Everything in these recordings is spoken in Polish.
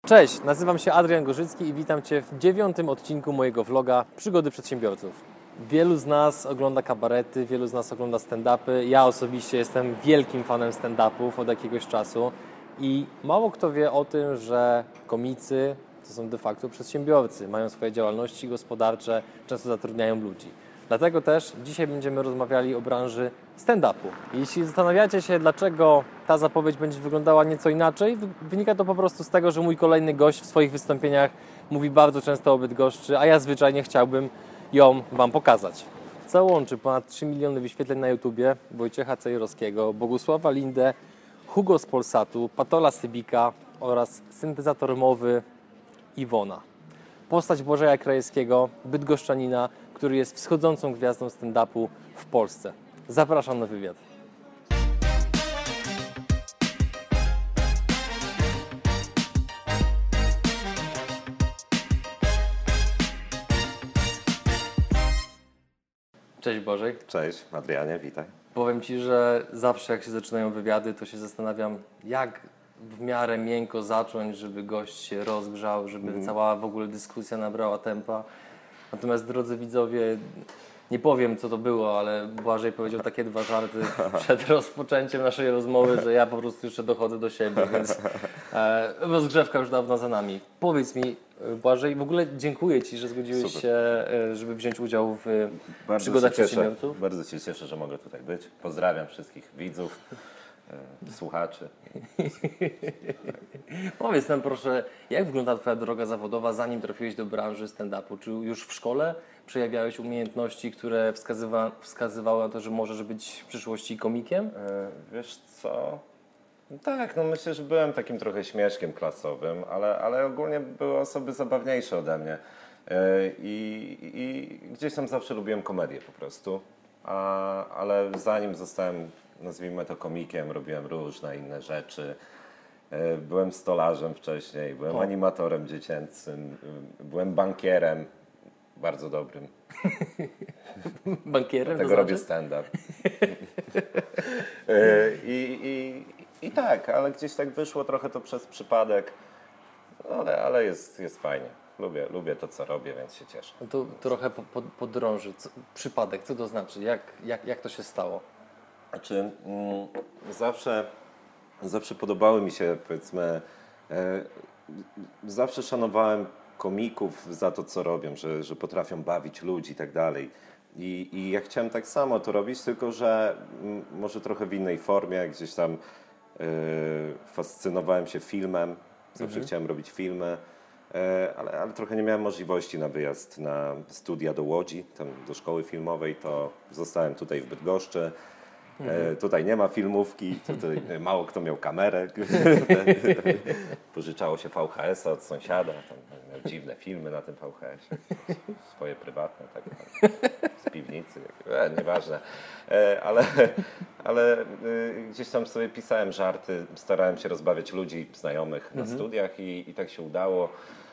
Cześć, nazywam się Adrian Gorzycki i witam Cię w 9. odcinku mojego vloga Przygody Przedsiębiorców. Wielu z nas ogląda kabarety, wielu z nas ogląda stand-upy. Ja osobiście jestem wielkim fanem stand-upów od jakiegoś czasu i mało kto wie o tym, że komicy to są de facto przedsiębiorcy, mają swoje działalności gospodarcze, często zatrudniają ludzi. Dlatego też dzisiaj będziemy rozmawiali o branży stand-upu. Jeśli zastanawiacie się, dlaczego ta zapowiedź będzie wyglądała nieco inaczej, wynika to po prostu z tego, że mój kolejny gość w swoich wystąpieniach mówi bardzo często o Bydgoszczy, a ja zwyczajnie chciałbym ją Wam pokazać. Co łączy ponad 3 miliony wyświetleń na YouTubie Wojciecha Cejrowskiego, Bogusława Lindę, Hugo z Polsatu, Patola Sybika oraz syntezator mowy Iwona. Postać Błażeja Krajewskiego, bydgoszczanina, który jest wschodzącą gwiazdą stand-upu w Polsce. Zapraszam na wywiad. Cześć Błażej. Cześć, Adrianie, witaj. Powiem Ci, że zawsze jak się zaczynają wywiady, to się zastanawiam, jak w miarę miękko zacząć, żeby gość się rozgrzał, żeby cała w ogóle dyskusja nabrała tempa. Natomiast drodzy widzowie, nie powiem co to było, ale Błażej powiedział takie dwa żarty przed rozpoczęciem naszej rozmowy, że ja po prostu jeszcze dochodzę do siebie, więc rozgrzewka już dawno za nami. Powiedz mi, Błażej, w ogóle dziękuję Ci, że zgodziłeś się, żeby wziąć udział w przygodach przedsiębiorców. Bardzo się cieszę, że mogę tutaj być. Pozdrawiam wszystkich widzów, słuchaczy. Powiedz nam proszę, jak wygląda Twoja droga zawodowa, zanim trafiłeś do branży stand-upu? Czy już w szkole przejawiałeś umiejętności, które wskazywały na to, że możesz być w przyszłości komikiem? Wiesz co? Tak, no myślę, że byłem takim trochę śmieszkiem klasowym, ale ogólnie były osoby zabawniejsze ode mnie. I gdzieś tam zawsze lubiłem komedię po prostu. Ale zanim zostałem, nazwijmy to, komikiem, robiłem różne inne rzeczy. Byłem stolarzem wcześniej, byłem animatorem dziecięcym, byłem bankierem, bardzo dobrym. Bankierem? Dlatego robię stand-up. I tak, ale gdzieś tak wyszło trochę to przez przypadek, ale jest fajnie. Lubię to, co robię, więc się cieszę. No to trochę podrąży. Przypadek, co to znaczy? Jak to się stało? Znaczy, zawsze podobały mi się, powiedzmy, zawsze szanowałem komików za to, co robią, że potrafią bawić ludzi i tak dalej. I ja chciałem tak samo to robić, tylko że może trochę w innej formie, gdzieś tam fascynowałem się filmem, zawsze chciałem robić filmy, ale trochę nie miałem możliwości na wyjazd na studia do Łodzi, tam do szkoły filmowej, to zostałem tutaj w Bydgoszczy. Tutaj nie ma filmówki, tutaj mało kto miał kamerę. Pożyczało się VHS-a od sąsiada, tam miał dziwne filmy na tym VHS-ie, swoje prywatne, tak, z piwnicy, nieważne. Ale gdzieś tam sobie pisałem żarty, starałem się rozbawiać ludzi, znajomych na studiach i tak się udało.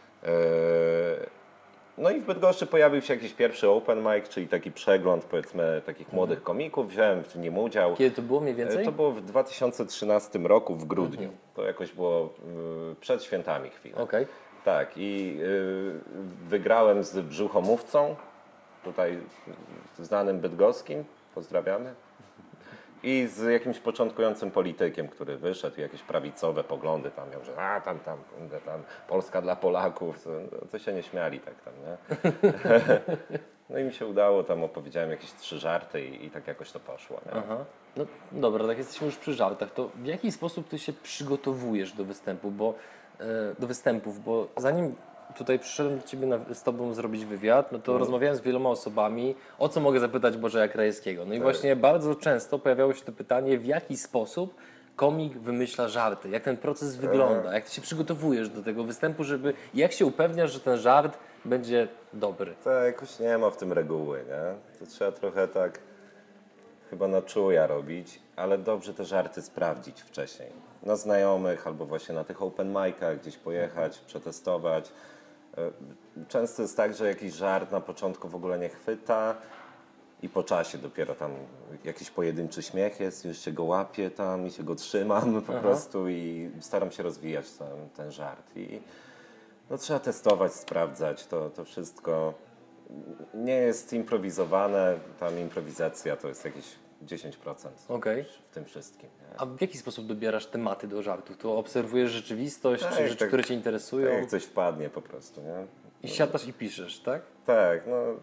No i w Bydgoszczy pojawił się jakiś pierwszy open mic, czyli taki przegląd, powiedzmy, takich młodych komików. Wziąłem w nim udział. Kiedy to było mniej więcej? To było w 2013 roku, w grudniu. To jakoś było przed świętami chwilę. Okej. Tak, i wygrałem z brzuchomówcą, tutaj znanym bydgoskim, pozdrawiamy. I z jakimś początkującym politykiem, który wyszedł, jakieś prawicowe poglądy tam miał, że tam Polska dla Polaków, to się nie śmiali tak tam, nie? No i mi się udało, tam opowiedziałem jakieś 3 żarty i tak jakoś to poszło, nie? Aha. No dobra, tak jesteśmy już przy żartach, to w jaki sposób Ty się przygotowujesz do występów, bo zanim tutaj przyszedłem do Ciebie z Tobą zrobić wywiad, no to rozmawiałem z wieloma osobami, o co mogę zapytać Błażeja Krajewskiego. No i właśnie bardzo często pojawiało się to pytanie, w jaki sposób komik wymyśla żarty, jak ten proces wygląda, jak Ty się przygotowujesz do tego występu, jak się upewniasz, że ten żart będzie dobry. To jakoś nie ma w tym reguły, nie? To trzeba trochę tak chyba na czuja robić, ale dobrze te żarty sprawdzić wcześniej. Na znajomych albo właśnie na tych open micach gdzieś pojechać, przetestować. Często jest tak, że jakiś żart na początku w ogóle nie chwyta, i po czasie dopiero tam jakiś pojedynczy śmiech jest, już się go łapię tam i się go trzymam po prostu i staram się rozwijać ten żart. I no, trzeba testować, sprawdzać, to wszystko nie jest improwizowane, tam improwizacja to jest jakieś 10% w tym wszystkim. Nie? A w jaki sposób dobierasz tematy do żartów? To obserwujesz rzeczywistość, Tak, czy rzeczy, tak. które Cię interesują? Jak coś wpadnie po prostu, nie? I siadasz i piszesz, tak? Tak,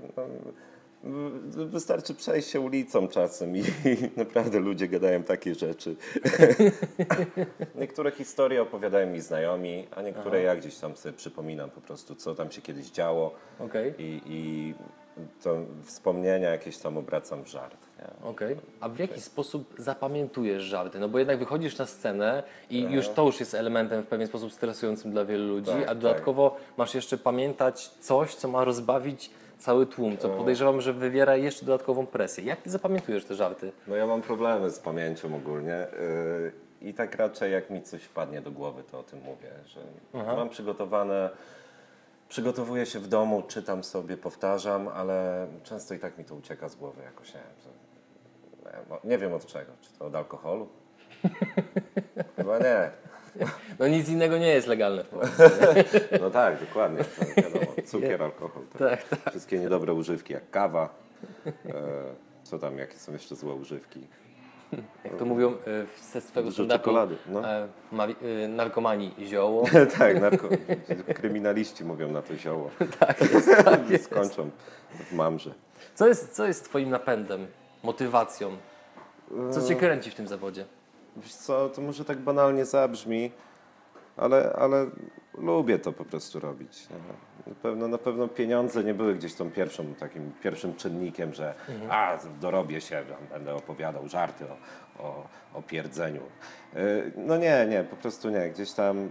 wystarczy przejść się ulicą czasem i naprawdę ludzie gadają takie rzeczy. Niektóre historie opowiadają mi znajomi, a niektóre ja gdzieś tam sobie przypominam po prostu, co tam się kiedyś działo i to wspomnienia jakieś tam obracam w żart. Nie? Okej. A w jaki sposób zapamiętujesz żarty? No bo jednak wychodzisz na scenę i już to już jest elementem w pewien sposób stresującym dla wielu ludzi, Tak, a dodatkowo masz jeszcze pamiętać coś, co ma rozbawić cały tłum, co podejrzewam, że wywiera jeszcze dodatkową presję. Jak ty zapamiętujesz te żarty? No ja mam problemy z pamięcią ogólnie i tak raczej jak mi coś wpadnie do głowy, to o tym mówię, że mam przygotowane, przygotowuję się w domu, czytam sobie, powtarzam, ale często i tak mi to ucieka z głowy jakoś, nie wiem od czego, czy to od alkoholu? Chyba nie. No nic innego nie jest legalne w Polsce. No tak, dokładnie, to wiadomo, cukier, alkohol, Tak, tak. wszystkie niedobre używki jak kawa, co tam, jakie są jeszcze złe używki. Jak to mówią ze swego Dużo stand-upu, czekolady, no. narkomani zioło. Tak, kryminaliści mówią na to zioło. Tak jest. Skończą w mamrze. Co jest twoim napędem, motywacją? Co cię kręci w tym zawodzie? Wiesz co, to może tak banalnie zabrzmi, ale lubię to po prostu robić. Nie? Na pewno pieniądze nie były gdzieś tą takim pierwszym czynnikiem, że dorobię się, będę opowiadał żarty o pierdzeniu. No nie, po prostu nie. Gdzieś tam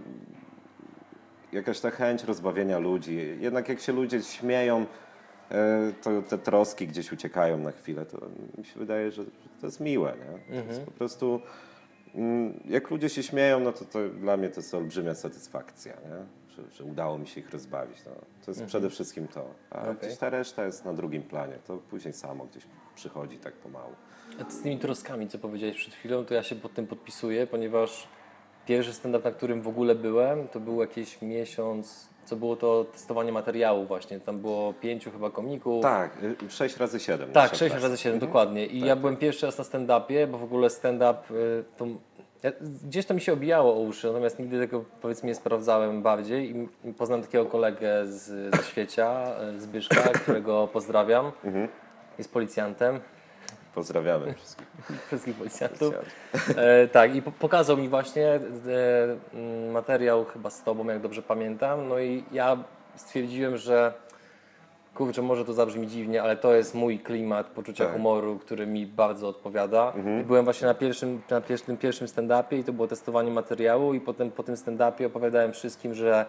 jakaś ta chęć rozbawienia ludzi. Jednak jak się ludzie śmieją, to te troski gdzieś uciekają na chwilę, to mi się wydaje, że to jest miłe. Nie? To jest po prostu, jak ludzie się śmieją, no to dla mnie to jest olbrzymia satysfakcja, nie? Że udało mi się ich rozbawić. No. To jest przede wszystkim to. A gdzieś ta reszta jest na drugim planie. To później samo gdzieś przychodzi tak pomału. A z tymi troskami, co powiedziałeś przed chwilą, to ja się pod tym podpisuję, ponieważ pierwszy stand-up, na którym w ogóle byłem, to był jakiś miesiąc, co było to testowanie materiału właśnie. Tam było 5 chyba komików. Tak, 6x7. Tak, 6x7, dokładnie. I ja byłem pierwszy raz na stand-upie, bo w ogóle stand-up to... Gdzieś to mi się obijało o uszy, natomiast nigdy tego powiedzmy nie sprawdzałem bardziej i poznałem takiego kolegę ze Świecia, Zbyszka, którego pozdrawiam. Jest policjantem. Pozdrawiamy wszystkich. Wszystkich policjantów. Tak, i pokazał mi właśnie materiał chyba z tobą, jak dobrze pamiętam. No i ja stwierdziłem, że kurczę, może to zabrzmi dziwnie, ale to jest mój klimat poczucia humoru, który mi bardzo odpowiada. I byłem właśnie na pierwszym stand-upie i to było testowanie materiału i potem po tym stand-upie opowiadałem wszystkim, że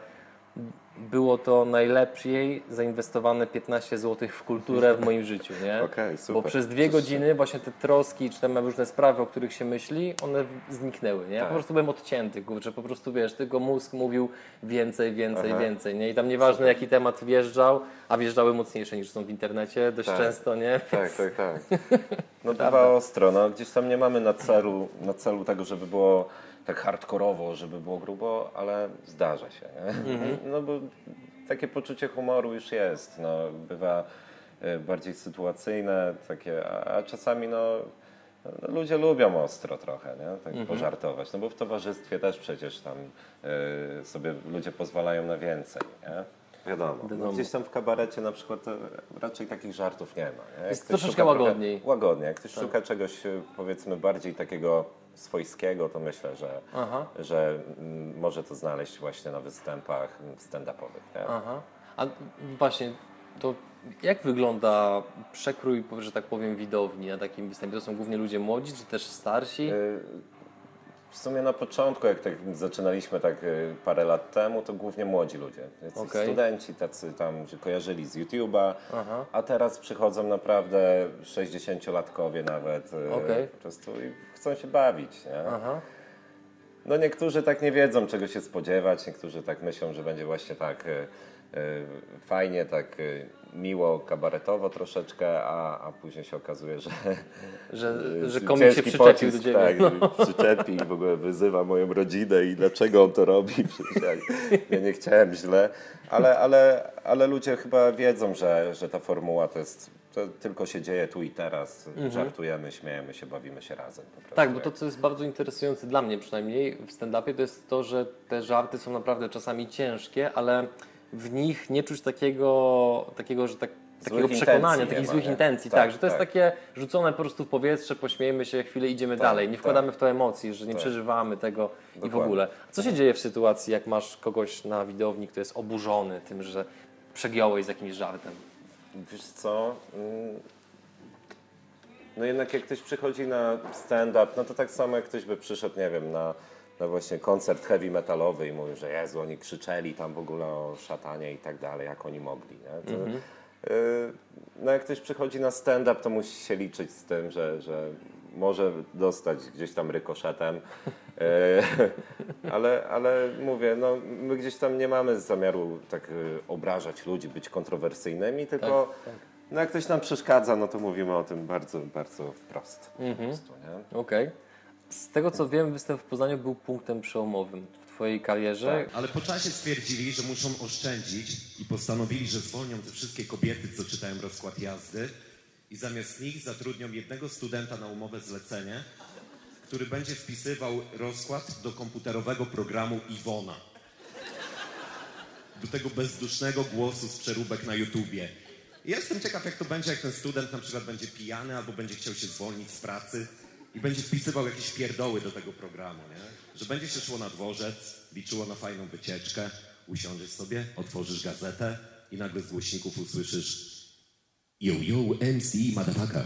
było to najlepiej zainwestowane 15 zł w kulturę w moim życiu, nie? Okej, super. Bo przez 2 godziny właśnie te troski, czy tam różne sprawy, o których się myśli, one zniknęły, nie? Ja po prostu byłem odcięty, kurczę, po prostu wiesz, tylko mózg mówił więcej, nie? I tam nieważne jaki temat wjeżdżał, a wjeżdżały mocniejsze niż są w internecie dość często, nie? Tak. No bywa ostro, no gdzieś tam nie mamy na celu tego, żeby było tak hardkorowo, żeby było grubo, ale zdarza się, nie? No bo takie poczucie humoru już jest, no bywa bardziej sytuacyjne, takie, a czasami no ludzie lubią ostro trochę, nie? Tak pożartować, no bo w towarzystwie też przecież tam sobie ludzie pozwalają na więcej, nie? Wiadomo. No, gdzieś tam w kabarecie na przykład raczej takich żartów nie ma. Nie? Jest troszeczkę łagodniej. Łagodniej. Jak ktoś szuka czegoś powiedzmy bardziej takiego swojskiego, to myślę, że może to znaleźć właśnie na występach stand-upowych. Nie? A właśnie, to jak wygląda przekrój, że tak powiem, widowni na takim występie? To są głównie ludzie młodzi, czy też starsi? W sumie na początku, jak tak zaczynaliśmy tak parę lat temu, to głównie młodzi ludzie. Studenci tacy tam się kojarzyli z YouTube'a, a teraz przychodzą naprawdę 60-latkowie nawet po prostu i chcą się bawić. Nie? No niektórzy tak nie wiedzą, czego się spodziewać, niektórzy tak myślą, że będzie właśnie tak fajnie, tak miło, kabaretowo troszeczkę, a później się okazuje, że że komik się ciężki przyczepił pocisk, do ciebie. tak, przyczepi i w ogóle wyzywa moją rodzinę i dlaczego on to robi. Przecież ja nie chciałem źle, ale ludzie chyba wiedzą, że ta formuła to tylko się dzieje tu i teraz. Żartujemy, śmiejemy się, bawimy się razem. Po prostu. Tak, bo to, co jest bardzo interesujące dla mnie przynajmniej w stand-upie, to jest to, że te żarty są naprawdę czasami ciężkie, ale w nich nie czuć takiego przekonania, takich złych intencji. Tak, że to jest takie rzucone po prostu w powietrze, pośmiejmy się chwilę, idziemy dalej. Nie wkładamy w to emocji, że nie przeżywamy tego i w ogóle. A co się dzieje w sytuacji, jak masz kogoś na widowni, kto jest oburzony tym, że przegiąłeś z jakimś żartem? Wiesz co? No jednak jak ktoś przychodzi na stand-up, no to tak samo jak ktoś by przyszedł, nie wiem, na właśnie koncert heavy metalowy i mówił, że Jezu, oni krzyczeli tam w ogóle o szatanie i tak dalej, jak oni mogli, nie? To, no jak ktoś przychodzi na stand-up, to musi się liczyć z tym, że może dostać gdzieś tam rykoszetem, ale mówię, no my gdzieś tam nie mamy zamiaru tak obrażać ludzi, być kontrowersyjnymi, tylko no jak ktoś nam przeszkadza, no to mówimy o tym bardzo, bardzo wprost. Po prostu, nie? Okej. Z tego co wiem, występ w Poznaniu był punktem przełomowym w twojej karierze. Ale po czasie stwierdzili, że muszą oszczędzić i postanowili, że zwolnią te wszystkie kobiety, co czytają rozkład jazdy i zamiast nich zatrudnią jednego studenta na umowę zlecenie, który będzie wpisywał rozkład do komputerowego programu Iwona. Do tego bezdusznego głosu z przeróbek na YouTubie. I jestem ciekaw, jak to będzie, jak ten student na przykład będzie pijany albo będzie chciał się zwolnić z pracy i będzie wpisywał jakieś pierdoły do tego programu, nie? Że będzie się szło na dworzec, liczyło na fajną wycieczkę, usiądziesz sobie, otworzysz gazetę i nagle z głośników usłyszysz Yo, yo, MC, motherfucker.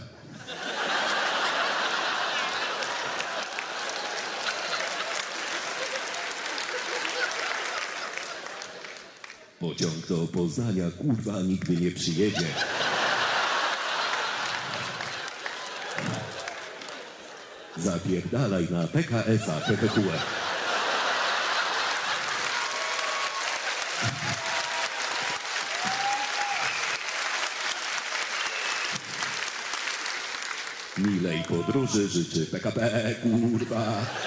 Pociąg do Poznania, kurwa, nigdy nie przyjedzie. Zapierdalaj na PKS-a, PPQ. Milej podróży życzy PKP, kurwa.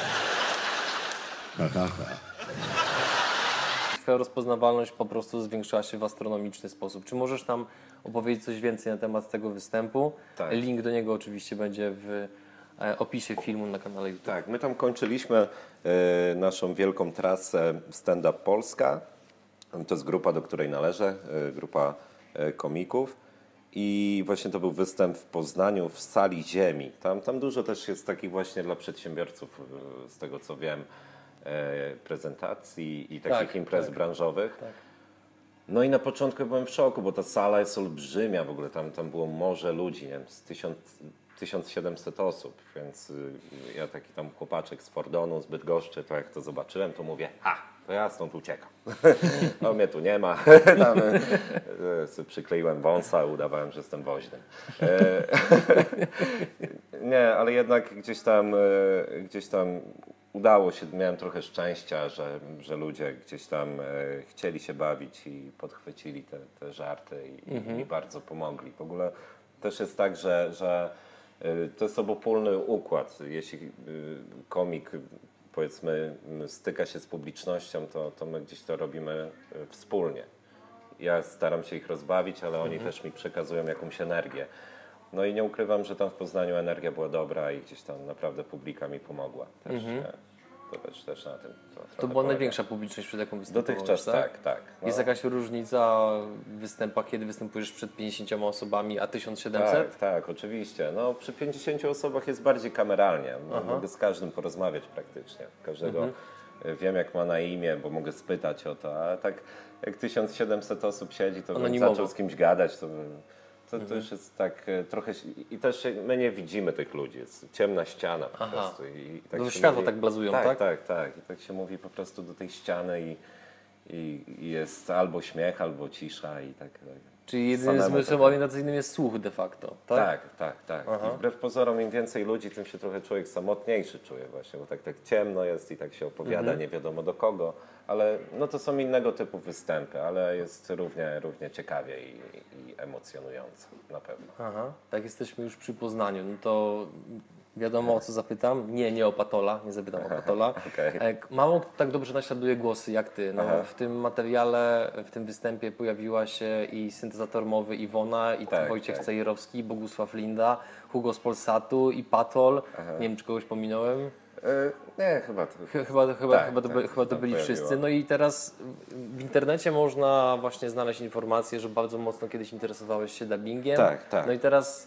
Ha, ha, ha. Twoja rozpoznawalność po prostu zwiększyła się w astronomiczny sposób. Czy możesz nam opowiedzieć coś więcej na temat tego występu? Tak. Link do niego oczywiście będzie w opisie filmu na kanale YouTube. Tak, my tam kończyliśmy naszą wielką trasę Stand Up Polska. To jest grupa, do której należę, grupa komików. I właśnie to był występ w Poznaniu w Sali Ziemi. Tam dużo też jest takich właśnie dla przedsiębiorców, z tego co wiem, prezentacji i takich imprez branżowych. Tak. No i na początku byłem w szoku, bo ta sala jest olbrzymia, w ogóle tam było morze ludzi, nie wiem, z 1700 osób, więc ja taki tam chłopaczek z Fordonu, z Bydgoszczy, to jak to zobaczyłem, to mówię, to ja stąd uciekam. No mnie tu nie ma. Tam, przykleiłem wąsa, udawałem, że jestem woźnym. Nie, ale jednak gdzieś tam udało się, miałem trochę szczęścia, że ludzie gdzieś tam chcieli się bawić i podchwycili te żarty i mi bardzo pomogli. W ogóle też jest tak, że to jest obopólny układ. Jeśli komik, powiedzmy, styka się z publicznością, to my gdzieś to robimy wspólnie. Ja staram się ich rozbawić, ale oni też mi przekazują jakąś energię. No i nie ukrywam, że tam w Poznaniu energia była dobra i gdzieś tam naprawdę publika mi pomogła. Też na tym to była największa publiczność, przed jaką występowałeś, dotychczas, tak. No. Jest jakaś różnica w występach, kiedy występujesz przed 50 osobami, a 1700? Tak, oczywiście. No, przy 50 osobach jest bardziej kameralnie. Mogę z każdym porozmawiać praktycznie. Każdego wiem, jak ma na imię, bo mogę spytać o to. A tak jak 1700 osób siedzi, to bym zaczął z kimś gadać, to już jest tak trochę... I też my nie widzimy tych ludzi, jest ciemna ściana po prostu. I tak światło tak blazują, tak? Tak. I tak się mówi po prostu do tej ściany i jest albo śmiech, albo cisza i tak. Czyli jedynym Samemu zmysłem tego. orientacyjnym jest słuch de facto, tak? Tak. Aha. I wbrew pozorom im więcej ludzi, tym się trochę człowiek samotniejszy czuje właśnie, bo tak ciemno jest i tak się opowiada nie wiadomo do kogo, ale no to są innego typu występy, ale jest równie ciekawie i emocjonująco na pewno. Aha, tak jesteśmy już przy Poznaniu, no to wiadomo o co zapytam. Nie o Patola, nie zapytam o Patola. Okej. Mało kto tak dobrze naśladuje głosy jak ty. No, Aha. w tym materiale, w tym występie pojawiła się i syntezator mowy Iwona, i Tak, Wojciech tak. Cejrowski, Bogusław Linda, Hugo z Polsatu i Patol. Nie wiem, czy kogoś pominąłem. Nie, chyba to. Chyba to tam byli pojawiło. wszyscy. No i teraz w internecie można właśnie znaleźć informację, że bardzo mocno kiedyś interesowałeś się dubbingiem. Tak. No i teraz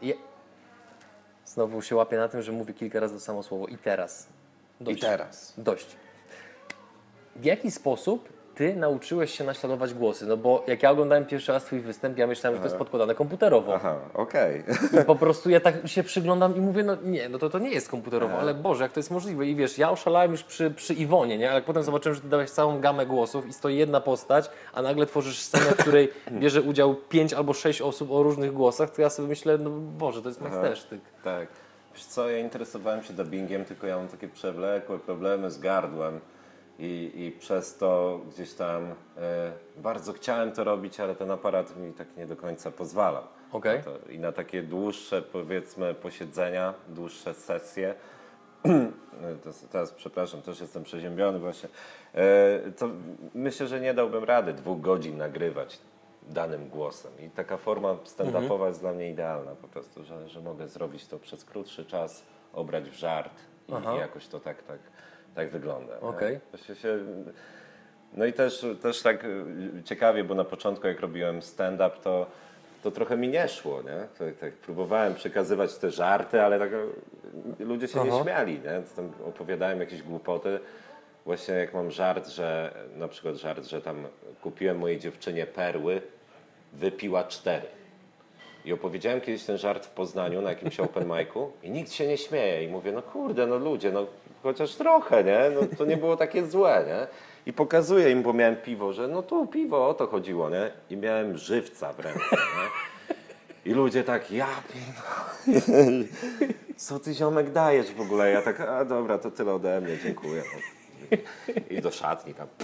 znowu się łapię na tym, że mówię kilka razy to samo słowo. I teraz. Dość. teraz. Dość. W jaki sposób ty nauczyłeś się naśladować głosy? No bo jak ja oglądałem pierwszy raz twój występ, ja myślałem, że to jest podkładane komputerowo. Aha, okej. I po prostu ja tak się przyglądam i mówię, no nie, no to nie jest komputerowo, ale Boże, jak to jest możliwe? I wiesz, ja oszalałem już przy Iwonie, nie? Ale jak potem zobaczyłem, że ty dałeś całą gamę głosów i stoi jedna postać, a nagle tworzysz scenę, w której bierze udział 5 albo 6 osób o różnych głosach, to ja sobie myślę, no Boże, to jest majstersztyk. Tak. Wiesz co, ja interesowałem się dubbingiem, tylko ja mam takie przewlekłe problemy z gardłem i przez to gdzieś tam bardzo chciałem to robić, ale ten aparat mi tak nie do końca pozwalał. Okej. I na takie dłuższe, powiedzmy, posiedzenia, dłuższe sesje, teraz przepraszam, też jestem przeziębiony właśnie, to myślę, że nie dałbym rady 2 godzin nagrywać danym głosem. I taka forma stand-upowa jest dla mnie idealna po prostu, że mogę zrobić to przez krótszy czas, obrać w żart i jakoś to tak wygląda. nie? Okej. No i też tak ciekawie, bo na początku jak robiłem stand-up, to trochę mi nie szło, nie? Tak próbowałem przekazywać te żarty, ale tak ludzie się nie śmiali, nie? Tam opowiadałem jakieś głupoty. Właśnie jak mam żart, że na przykład że tam kupiłem mojej dziewczynie perły, wypiła 4. I opowiedziałem kiedyś ten żart w Poznaniu na jakimś open micu i nikt się nie śmieje. I mówię, no kurde, no ludzie, no chociaż trochę, nie? No to nie było takie złe, nie? I pokazuję im, bo miałem piwo, że no tu piwo, o to chodziło, nie? I miałem żywca w ręce, nie? I ludzie tak, ja pierdolę, co ty ziomek dajesz w ogóle? Ja tak, a dobra, to tyle ode mnie, dziękuję. I do szatni tam.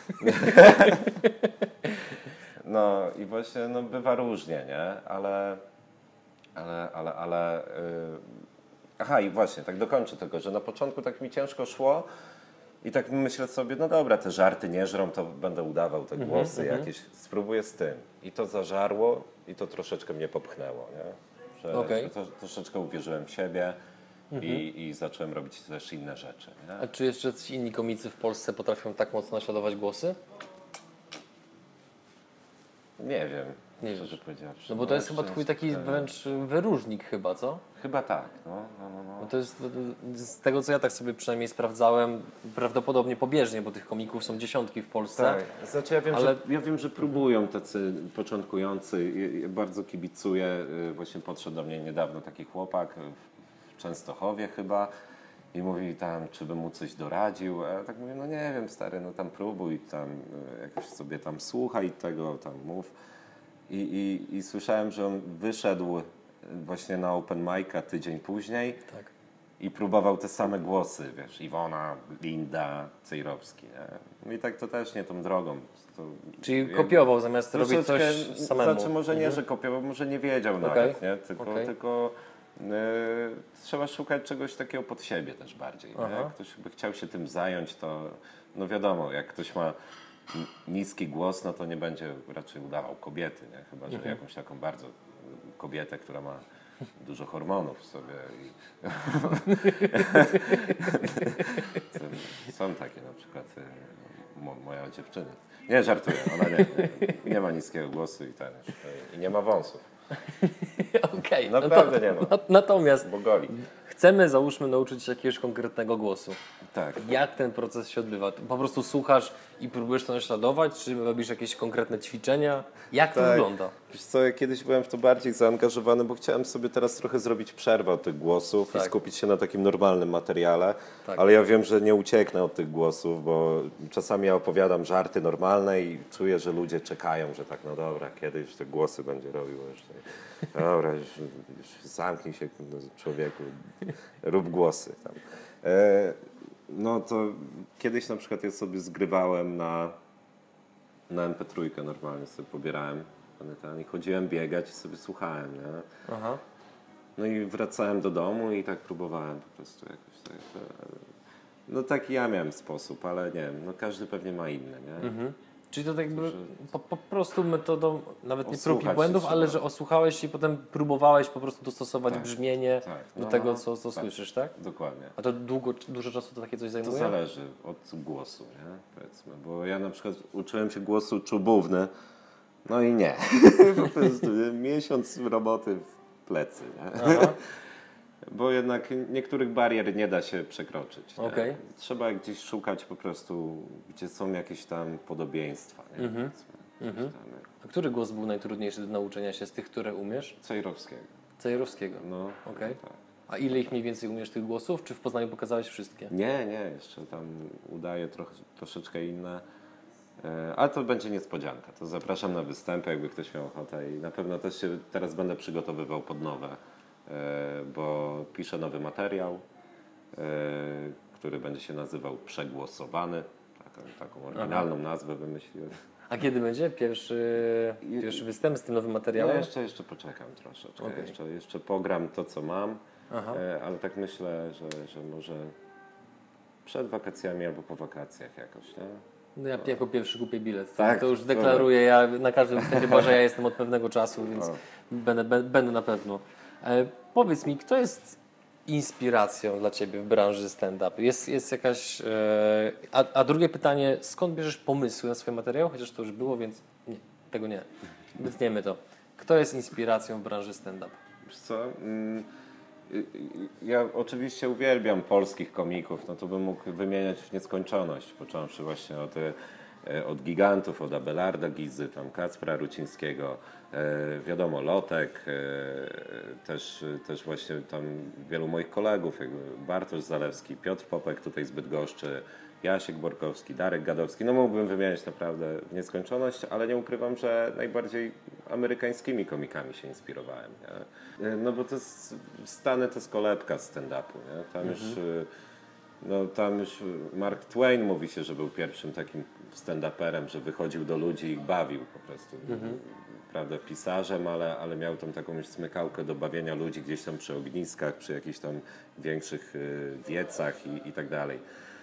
No i właśnie no, bywa różnie, nie? Ale aha, i właśnie, tak dokończę tego, że na początku tak mi ciężko szło i tak myślę sobie, no dobra, te żarty nie żrą, to będę udawał te głosy jakieś, spróbuję z tym. I to zażarło i to troszeczkę mnie popchnęło, nie? Że to, troszeczkę uwierzyłem w siebie i zacząłem robić też inne rzeczy, nie? A czy jeszcze ci inni komicy w Polsce potrafią tak mocno naśladować głosy? Nie wiem, Nie szczerze powiedziawszy. No bo to jest chyba twój taki wręcz wyróżnik chyba, co? Chyba tak, no. Bo to jest, z tego co ja tak sobie przynajmniej sprawdzałem, prawdopodobnie pobieżnie, bo tych komików są dziesiątki w Polsce. Tak, znaczy ja wiem, że próbują tacy początkujący, ja bardzo kibicuję, właśnie podszedł do mnie niedawno taki chłopak w Częstochowie chyba i mówi tam, czy bym mu coś doradził, a ja tak mówię, no nie wiem stary, no tam próbuj, tam jakoś sobie tam słuchaj tego, tam mów. I słyszałem, że on wyszedł właśnie na open mic'a tydzień później i próbował te same głosy, wiesz, Iwona, Linda, Cejrowski, nie? I tak to też nie tą drogą. To Czyli kopiował zamiast robić coś samemu. Znaczy może nie, że kopiował, może nie wiedział nawet, nie? Tylko trzeba szukać czegoś takiego pod siebie też bardziej. Nie? Jak ktoś by chciał się tym zająć, to no wiadomo, jak ktoś ma niski głos, no to nie będzie raczej udawał kobiety, nie? Chyba że jakąś taką bardzo kobietę, która ma dużo hormonów w sobie. Są takie na przykład moja dziewczyna. Nie, żartuję, ona nie ma niskiego głosu i nie ma wąsów. Okej, Naprawdę nie ma. Natomiast Bo goli. chcemy, załóżmy, nauczyć się jakiegoś konkretnego głosu. Tak. Jak ten proces się odbywa? Ty po prostu słuchasz i próbujesz to naśladować, czy robisz jakieś konkretne ćwiczenia? Jak to wygląda? Wiesz co, ja kiedyś byłem w to bardziej zaangażowany, bo chciałem sobie teraz trochę zrobić przerwę od tych głosów Tak. i skupić się na takim normalnym materiale, Tak. ale ja wiem, że nie ucieknę od tych głosów, bo czasami ja opowiadam żarty normalne i czuję, że ludzie czekają, że tak, no dobra, kiedyś te głosy będzie robił jeszcze. Dobra, już zamknij się, no, człowieku, rób głosy tam. No to kiedyś na przykład ja sobie zgrywałem na MP3 normalnie sobie pobierałem i chodziłem biegać i sobie słuchałem, nie? Aha. No i wracałem do domu i tak próbowałem po prostu jakoś tak. No taki ja miałem sposób, ale nie wiem, no każdy pewnie ma inny, nie? Czyli to tak jakby po prostu metodą, nawet nie prób i Osłuchać błędów, się ale trzeba. że osłuchałeś i potem próbowałeś po prostu dostosować Tak, brzmienie tak, do no, tego, co tak. słyszysz, tak? Dokładnie. A to dużo czasu to takie coś To zajmuje? zależy od głosu, nie? Powiedzmy, bo ja na przykład uczyłem się głosu czubówny, no i nie. Po prostu miesiąc roboty w plecy, nie? Aha. Bo jednak niektórych barier nie da się przekroczyć. Nie? Okej. Trzeba gdzieś szukać po prostu, gdzie są jakieś tam podobieństwa. Nie? Powiedzmy, A który głos był najtrudniejszy do nauczenia się z tych, które umiesz? Cejrowskiego. Cejrowskiego. No, Okej. tak. A ile ich mniej więcej umiesz tych głosów? Czy w Poznaniu pokazałeś wszystkie? Nie, jeszcze tam udaję troszeczkę inne. Ale to będzie niespodzianka. To zapraszam na występy, jakby ktoś miał ochotę i na pewno też się teraz będę przygotowywał pod nowe, bo piszę nowy materiał, który będzie się nazywał Przegłosowany. Taką oryginalną nazwę wymyśliłem. A kiedy będzie pierwszy występ z tym nowym materiałem? Ja jeszcze poczekam troszeczkę. Okej. Jeszcze pogram to, co mam, Aha. ale tak myślę, że może przed wakacjami albo po wakacjach jakoś, nie? No ja jako pierwszy kupię bilet. Tak, To już dobra. deklaruję. Ja na każdym występie, bo że ja jestem od pewnego czasu, więc O. będę na pewno. Powiedz mi, kto jest inspiracją dla Ciebie w branży stand-up? Jest jakaś... A drugie pytanie, skąd bierzesz pomysły na swoje materiały? Chociaż to już było, więc nie, tego nie. Wytniemy to. Kto jest inspiracją w branży stand-up? Wiesz co? Ja oczywiście uwielbiam polskich komików, no to bym mógł wymieniać w nieskończoność, począwszy właśnie od gigantów, od Abelarda Gizy, tam Kacpra Rucińskiego, wiadomo Lotek, też właśnie tam wielu moich kolegów, jakby Bartosz Zalewski, Piotr Popek tutaj z Bydgoszczy, Jasiek Borkowski, Darek Gadowski, no mógłbym wymieniać naprawdę w nieskończoność, ale nie ukrywam, że najbardziej amerykańskimi komikami się inspirowałem, nie? No bo to jest, Stany to jest kolebka stand-upu, nie? Tam już Mark Twain mówi się, że był pierwszym takim stand-uperem, że wychodził do ludzi i ich bawił po prostu. Prawda, pisarzem, ale miał tam taką już smykałkę do bawienia ludzi gdzieś tam przy ogniskach, przy jakichś tam większych wiecach i tak dalej.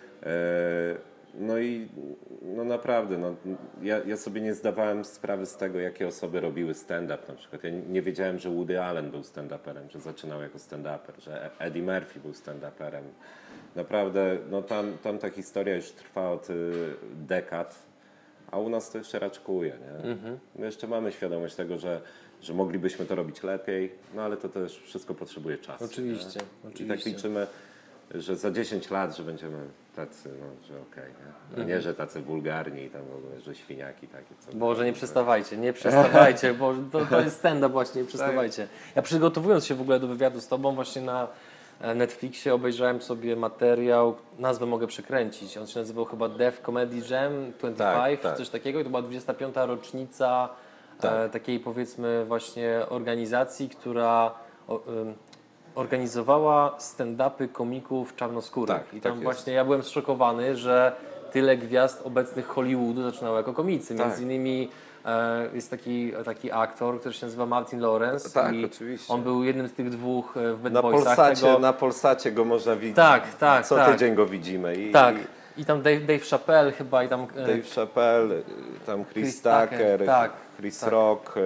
No i no naprawdę, no, ja sobie nie zdawałem sprawy z tego, jakie osoby robiły stand-up na przykład. Ja nie wiedziałem, że Woody Allen był stand-uperem, że zaczynał jako stand-uper, że Eddie Murphy był stand-uperem. Naprawdę, no tam ta historia już trwa od dekad, a u nas to jeszcze raczkuje, nie? My jeszcze mamy świadomość tego, że moglibyśmy to robić lepiej, no ale to też wszystko potrzebuje czasu. Oczywiście, nie? oczywiście. I tak liczymy, że za 10 lat, że będziemy tacy, no, że okej, nie? A nie, że tacy wulgarni i tam w ogóle, że świniaki takie. Co Boże, nie przestawajcie, bo to jest stand-up właśnie, nie przestawajcie. Ja przygotowując się w ogóle do wywiadu z Tobą właśnie na Netflixie obejrzałem sobie materiał, nazwę mogę przekręcić, on się nazywał chyba Def Comedy Jam 25, tak. coś takiego i to była 25. rocznica takiej powiedzmy właśnie organizacji, która organizowała stand-upy komików czarnoskórych. Tak, I tam tak jest. właśnie ja byłem zszokowany, że tyle gwiazd obecnych Hollywoodu zaczynało jako komicy. Tak. Między innymi jest taki aktor, który się nazywa Martin Lawrence. Tak, i oczywiście. on był jednym z tych dwóch w Bad Boysach. Na Polsacie go można widzieć. Tak, Co tak. tydzień go widzimy. I tam Dave Chappelle chyba i tam... Dave Chappelle, tam Chris Chris Tucker, Tucker, tak, Chris tak. Rock.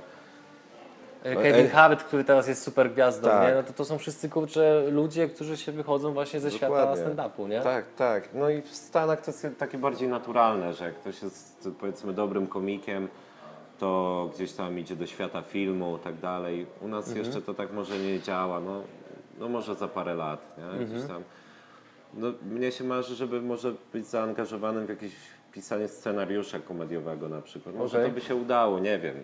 Kevin Hart, który teraz jest super gwiazdą, Tak. nie? No to są wszyscy kurczę ludzie, którzy się wychodzą właśnie ze świata Dokładnie. stand-upu, nie? Tak. No i w Stanach to jest takie bardziej naturalne, że jak ktoś jest powiedzmy dobrym komikiem, to gdzieś tam idzie do świata filmu i tak dalej. U nas jeszcze to tak może nie działa, no może za parę lat, nie? Gdzieś tam. No, mnie się marzy, żeby może być zaangażowanym w jakieś pisanie scenariusza komediowego na przykład. Może Okej. to by się udało, nie wiem,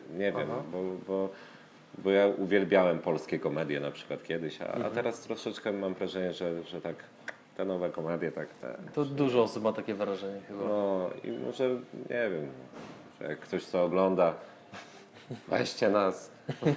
bo ja uwielbiałem polskie komedie na przykład kiedyś, a teraz troszeczkę mam wrażenie, że tak te nowe komedie tak To dużo osób ma takie wrażenie chyba. no i może, nie wiem, że jak ktoś to ogląda, weźcie nas.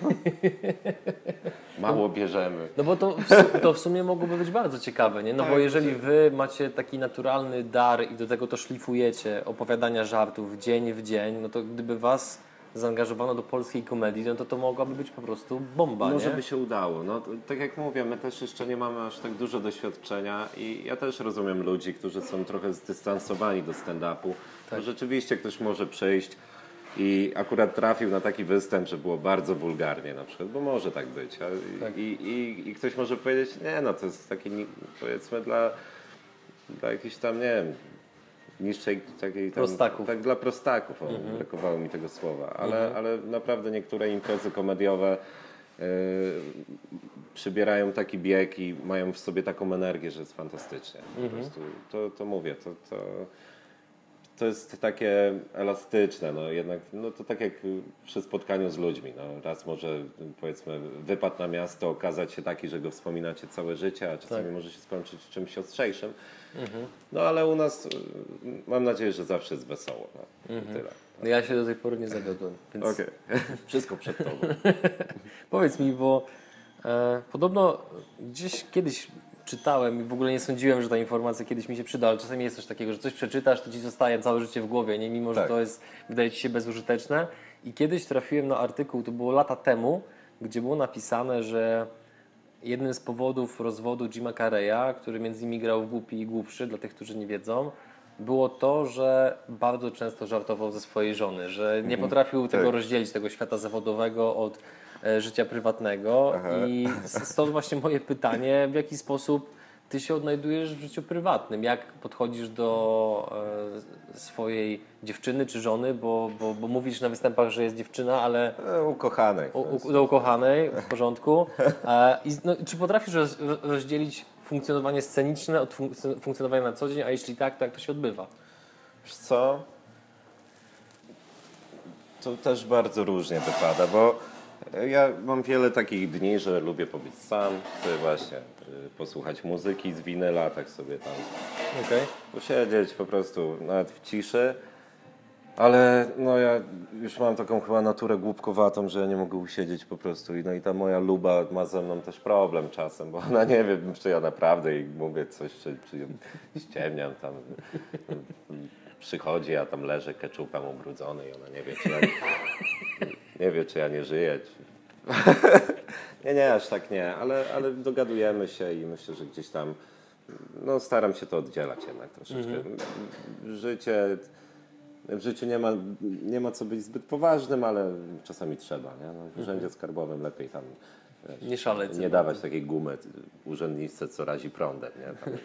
Mało bierzemy. No bo to w sumie mogłoby być bardzo ciekawe, nie? No bo jeżeli wy macie taki naturalny dar i do tego to szlifujecie opowiadania żartów dzień w dzień, no to gdyby was zaangażowano do polskiej komedii, no to mogłaby być po prostu bomba, Może nie? by się udało. No, tak jak mówię, my też jeszcze nie mamy aż tak dużo doświadczenia i ja też rozumiem ludzi, którzy są trochę zdystansowani do stand-upu. Bo rzeczywiście ktoś może przyjść i akurat trafił na taki występ, że było bardzo wulgarnie na przykład, bo może tak być. I ktoś może powiedzieć, nie no, to jest taki, powiedzmy, dla jakichś tam, nie wiem, niższej takiej tam, Prostaków. tak dla prostaków, brakowało mi tego słowa, ale naprawdę niektóre imprezy komediowe przybierają taki bieg i mają w sobie taką energię, że jest fantastycznie. Po prostu to mówię, to jest takie elastyczne, no jednak, no to tak jak przy spotkaniu z ludźmi, no raz może powiedzmy wypad na miasto okazać się taki, że go wspominacie całe życie, a czasami może się skończyć czymś ostrzejszym. No ale u nas mam nadzieję, że zawsze jest wesoło. No. Tyle. No ja się do tej pory nie zawiodłem, więc Okej. Wszystko przed tobą. powiedz mi, bo podobno gdzieś kiedyś czytałem i w ogóle nie sądziłem, że ta informacja kiedyś mi się przyda, ale czasami jest coś takiego, że coś przeczytasz, to ci zostaje całe życie w głowie, nie? Mimo że Tak. to jest, wydaje ci się bezużyteczne. I kiedyś trafiłem na artykuł, to było lata temu, gdzie było napisane, że jednym z powodów rozwodu Jima Carreya, który między innymi grał w Głupi i Głupszy, dla tych, którzy nie wiedzą, było to, że bardzo często żartował ze swojej żony, że nie potrafił tego rozdzielić, tego świata zawodowego od życia prywatnego. I stąd właśnie moje pytanie, w jaki sposób ty się odnajdujesz w życiu prywatnym? Jak podchodzisz do swojej dziewczyny czy żony, bo mówisz na występach, że jest dziewczyna, ale Ukochanej. do ukochanej, w porządku. Czy potrafisz rozdzielić funkcjonowanie sceniczne od funkcjonowania na co dzień, a jeśli tak, to jak to się odbywa? Wiesz co? To też bardzo różnie wypada, bo ja mam wiele takich dni, że lubię pobyć sam, sobie właśnie posłuchać muzyki z winyla, tak sobie tam Okej. posiedzieć po prostu nawet w ciszy. Ale no ja już mam taką chyba naturę głupkowatą, że ja nie mogę usiedzieć po prostu. No i ta moja luba ma ze mną też problem czasem, bo ona nie wie, czy ja naprawdę jej mówię coś, czy ją ściemniam tam. Przychodzi, ja tam leżę keczupem ubrudzony i ona nie wie, czy ja nie żyję. Nie, aż tak nie, ale dogadujemy się i myślę, że gdzieś tam no staram się to oddzielać jednak troszeczkę. W życiu nie ma co być zbyt poważnym, ale czasami trzeba. Nie? No, w urzędzie skarbowym lepiej tam Nie szaleć. nie dawać takiej gumy urzędniczce, co razi prądem. Nie? Tam.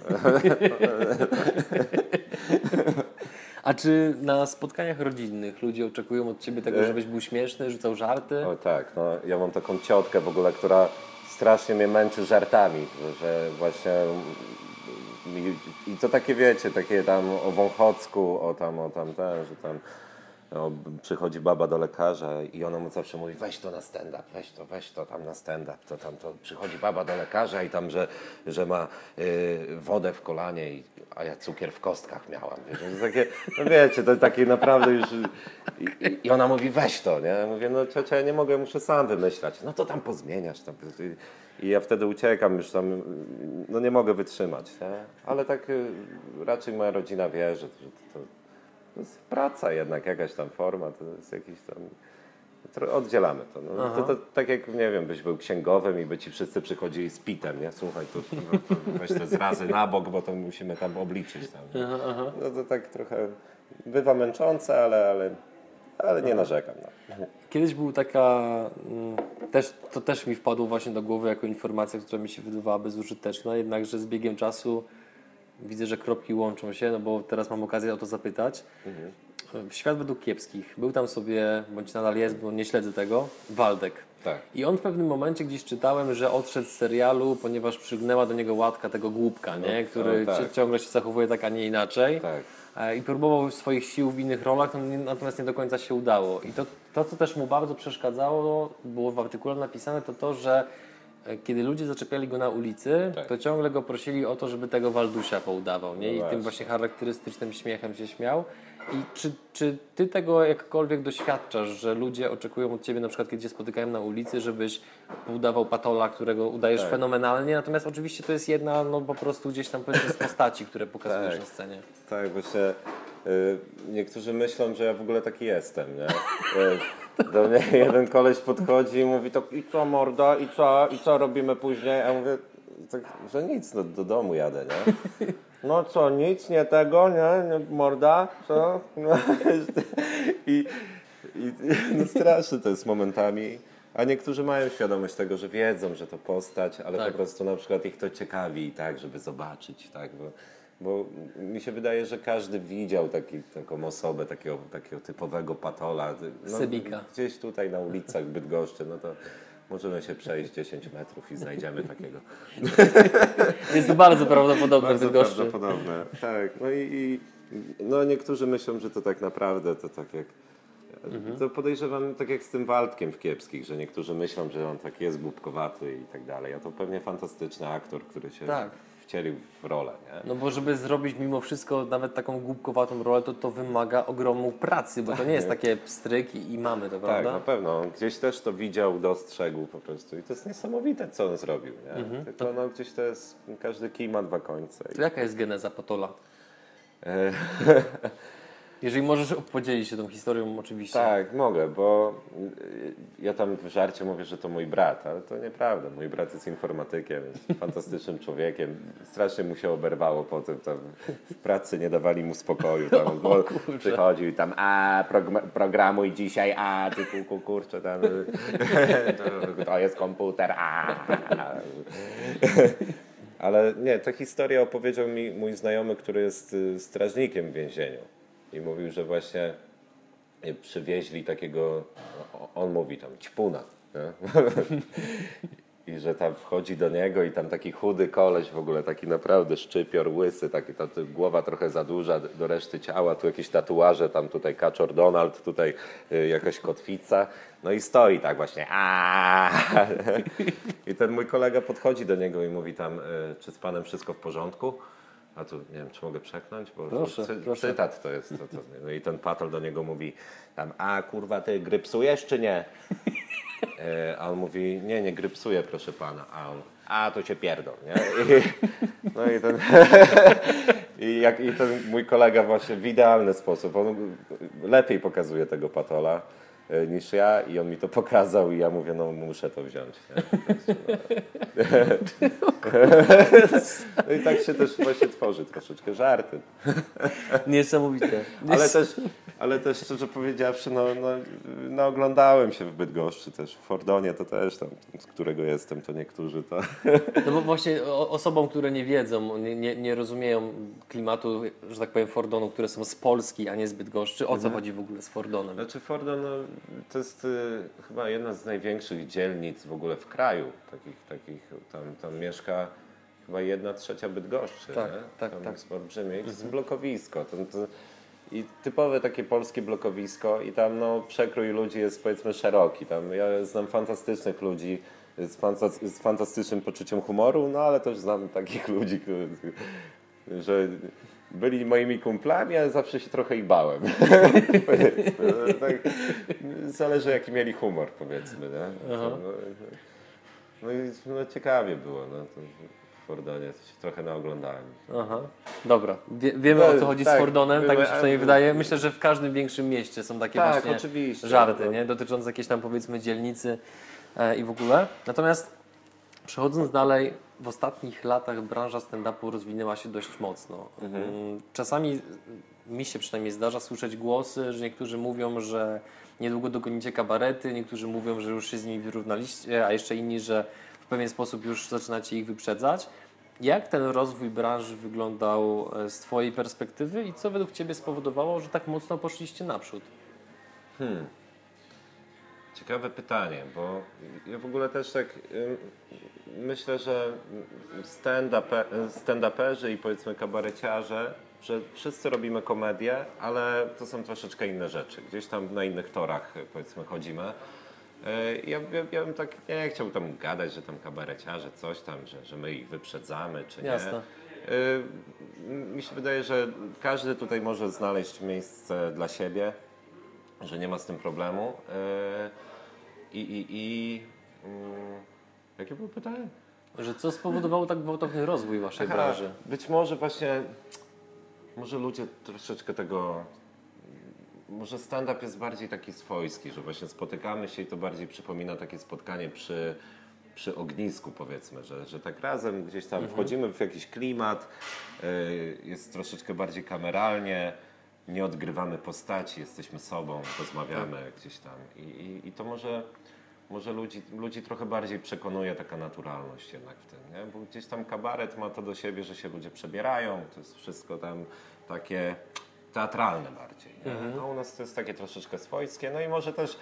A czy na spotkaniach rodzinnych ludzie oczekują od ciebie tego, żebyś był śmieszny, rzucał żarty? O tak, no, ja mam taką ciotkę w ogóle, która strasznie mnie męczy żartami, że właśnie i to takie wiecie, takie tam o Wąchocku, o tam że tam przychodzi baba do lekarza i ona mu zawsze mówi, weź to na stand-up, weź to tam na stand-up, to przychodzi baba do lekarza i tam, że ma wodę w kolanie, a ja cukier w kostkach miałam. Wiesz? To jest takie, no wiecie, to takie naprawdę już i ona mówi, weź to, nie? Ja mówię, no ciocia, ja nie mogę, muszę sam wymyślać. No to tam pozmieniasz. Tam. I ja wtedy uciekam, już tam, no nie mogę wytrzymać, nie? Ale tak raczej moja rodzina wie, że to jest praca jednak, jakaś tam forma, to jest jakiś tam... Oddzielamy to. No, to tak jak, nie wiem, byś był księgowym i by ci wszyscy przychodzili z pitem, nie? Słuchaj, to weź te zrazy na bok, bo to musimy tam obliczyć. Tam. No to tak trochę bywa męczące, ale nie narzekam. No. Kiedyś był taka, to też mi wpadło właśnie do głowy jako informacja, która mi się wydawała bezużyteczna, jednakże z biegiem czasu widzę, że kropki łączą się, no bo teraz mam okazję o to zapytać. Świat według kiepskich. Był tam sobie, bądź nadal jest, bo nie śledzę tego, Waldek. Tak. I on w pewnym momencie gdzieś czytałem, że odszedł z serialu, ponieważ przygnęła do niego łatka tego głupka, nie? Który tak. ciągle się zachowuje tak, a nie inaczej. Tak. I próbował swoich sił w innych rolach, natomiast nie do końca się udało. I to, co też mu bardzo przeszkadzało, było w artykule napisane, to, że kiedy ludzie zaczepiali go na ulicy, Tak. to ciągle go prosili o to, żeby tego Waldusia poudawał, nie? I właśnie. tym właśnie charakterystycznym śmiechem się śmiał. I czy ty tego jakkolwiek doświadczasz, że ludzie oczekują od ciebie, na przykład kiedy cię spotykają na ulicy, żebyś udawał patola, którego udajesz fenomenalnie, natomiast oczywiście to jest jedna, no po prostu gdzieś tam powiedzmy z postaci, które pokazujesz Tak. na scenie. Tak, właśnie niektórzy myślą, że ja w ogóle taki jestem, nie? Do mnie jeden koleś podchodzi i mówi, to i co morda, i co robimy później? A ja mówię, tak, że nic, no, do domu jadę, nie? No co, nic, nie tego, nie morda, co? No, no straszne to jest momentami. A niektórzy mają świadomość tego, że wiedzą, że to postać, ale Tak. po prostu na przykład ich to ciekawi, tak, żeby zobaczyć, tak, bo mi się wydaje, że każdy widział taką osobę, takiego typowego patola. No, Sebika. gdzieś tutaj na ulicach Bydgoszczy, no to możemy się przejść 10 metrów i znajdziemy takiego. Jest to bardzo prawdopodobne w Bardzo Bydgoszczy. prawdopodobne, tak. No no niektórzy myślą, że to tak naprawdę to tak jak... To podejrzewam tak jak z tym Waldkiem w Kiepskich, że niektórzy myślą, że on tak jest głupkowaty i tak dalej, a to pewnie fantastyczny aktor, który się Tak. wcielił w rolę, nie? No bo żeby zrobić mimo wszystko nawet taką głupkowatą rolę, to wymaga ogromną pracy, bo to nie jest takie pstryk i mamy to, Tak, prawda? na pewno. On gdzieś też to widział, dostrzegł po prostu i to jest niesamowite, co on zrobił, nie? Tylko no, gdzieś to jest, każdy kij ma dwa końce. To jaka jest geneza Patola? E, Jeżeli możesz podzielić się tą historią oczywiście. Tak, mogę, bo ja tam w żarcie mówię, że to mój brat, ale to nieprawda. Mój brat jest informatykiem, jest fantastycznym człowiekiem. Strasznie mu się oberwało potem, tam w pracy nie dawali mu spokoju. Tam, bo przychodził i tam, programuj dzisiaj, ty kurczę, tam, to jest komputer, Ale nie, tę historię opowiedział mi mój znajomy, który jest strażnikiem w więzieniu. I mówił, że właśnie przywieźli takiego, on mówi tam, ćpuna. Nie? I że tam wchodzi do niego i tam taki chudy koleś w ogóle, taki naprawdę szczypior, łysy, ta głowa trochę za duża do reszty ciała, tu jakieś tatuaże, tam tutaj Kaczor Donald, tutaj jakaś kotwica. No i stoi tak właśnie, I ten mój kolega podchodzi do niego i mówi tam, czy z panem wszystko w porządku? A tu nie wiem, czy mogę przeknąć, bo Proszę. cytat to jest. No i ten patol do niego mówi tam, kurwa, ty grypsujesz czy nie? A on mówi, nie grypsuję, proszę pana. A on, to cię pierdol, nie? No i ten, i ten mój kolega właśnie w idealny sposób, on lepiej pokazuje tego patola niż ja i on mi to pokazał i ja mówię, no muszę to wziąć. No i tak się też właśnie tworzy troszeczkę żarty. Niesamowite. Ale też szczerze powiedziawszy, no oglądałem się w Bydgoszczy też, w Fordonie to też tam, z którego jestem, to niektórzy to... No bo właśnie osobom, które nie wiedzą, nie rozumieją klimatu, że tak powiem, Fordonu, które są z Polski, a nie z Bydgoszczy, o co chodzi w ogóle z Fordonem? Znaczy Fordon to jest chyba jedna z największych dzielnic w ogóle w kraju, takich tam mieszka chyba 1/3 Bydgoszczy, Tak, nie? tak, Tam tak. jest olbrzymie, to jest blokowisko. I typowe takie polskie blokowisko i tam przekrój ludzi jest powiedzmy szeroki. Tam ja znam fantastycznych ludzi z fantastycznym poczuciem humoru, no ale też znam takich ludzi, że byli moimi kumplami, ale zawsze się trochę ich bałem. Tak, zależy jaki mieli humor, powiedzmy. Nie? No ciekawie było. W Fordonie się trochę naoglądałem. Aha, dobra. Wiemy o co chodzi z tak, Fordonem, tak mi się przynajmniej wydaje. wiemy. Myślę, że w każdym większym mieście są takie Tak, właśnie oczywiście. żarty, nie? Dotyczące jakiejś tam powiedzmy dzielnicy i w ogóle. Natomiast przechodząc dalej, w ostatnich latach branża stand-upu rozwinęła się dość mocno. Czasami mi się przynajmniej zdarza słyszeć głosy, że niektórzy mówią, że niedługo dogonicie kabarety, niektórzy mówią, że już się z nimi wyrównaliście, a jeszcze inni, że w pewien sposób już zaczynacie ich wyprzedzać. Jak ten rozwój branży wyglądał z Twojej perspektywy i co według Ciebie spowodowało, że tak mocno poszliście naprzód? Ciekawe pytanie, bo ja w ogóle też tak myślę, że stand-uperzy i powiedzmy kabareciarze, że wszyscy robimy komedię, ale to są troszeczkę inne rzeczy. Gdzieś tam na innych torach powiedzmy chodzimy. Ja bym tak nie chciał tam gadać, że tam kabareciarze coś tam, że my ich wyprzedzamy, czy nie. Jasne. Mi się wydaje, że każdy tutaj może znaleźć miejsce dla siebie, że nie ma z tym problemu. Jakie było pytanie? Że co spowodowało tak gwałtowny rozwój waszej branży? Być może właśnie, może ludzie troszeczkę tego, może stand-up jest bardziej taki swojski, że właśnie spotykamy się i to bardziej przypomina takie spotkanie przy ognisku, powiedzmy, że tak razem gdzieś tam wchodzimy w jakiś klimat, jest troszeczkę bardziej kameralnie, nie odgrywamy postaci, jesteśmy sobą, rozmawiamy gdzieś tam i to może ludzi trochę bardziej przekonuje taka naturalność jednak w tym, nie? Bo gdzieś tam kabaret ma to do siebie, że się ludzie przebierają, to jest wszystko tam takie teatralne bardziej, nie? A u nas to jest takie troszeczkę swojskie, no i może też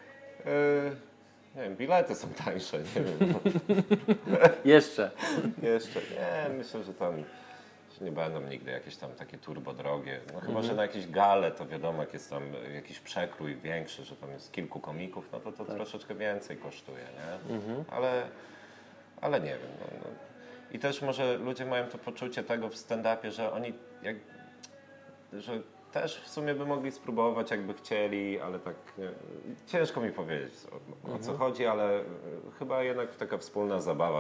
nie wiem, bilety są tańsze, nie wiem. Jeszcze. Jeszcze nie, myślę, że tam że nie będą nigdy jakieś tam takie turbo drogie. No chyba, że na jakieś gale to wiadomo, jak jest tam jakiś przekrój większy, że tam jest kilku komików, no to troszeczkę więcej kosztuje, nie? Ale nie wiem. No. I też może ludzie mają to poczucie tego w stand-upie, że oni że też w sumie by mogli spróbować, jakby chcieli, ale tak ciężko mi powiedzieć o co chodzi, ale chyba jednak taka wspólna zabawa,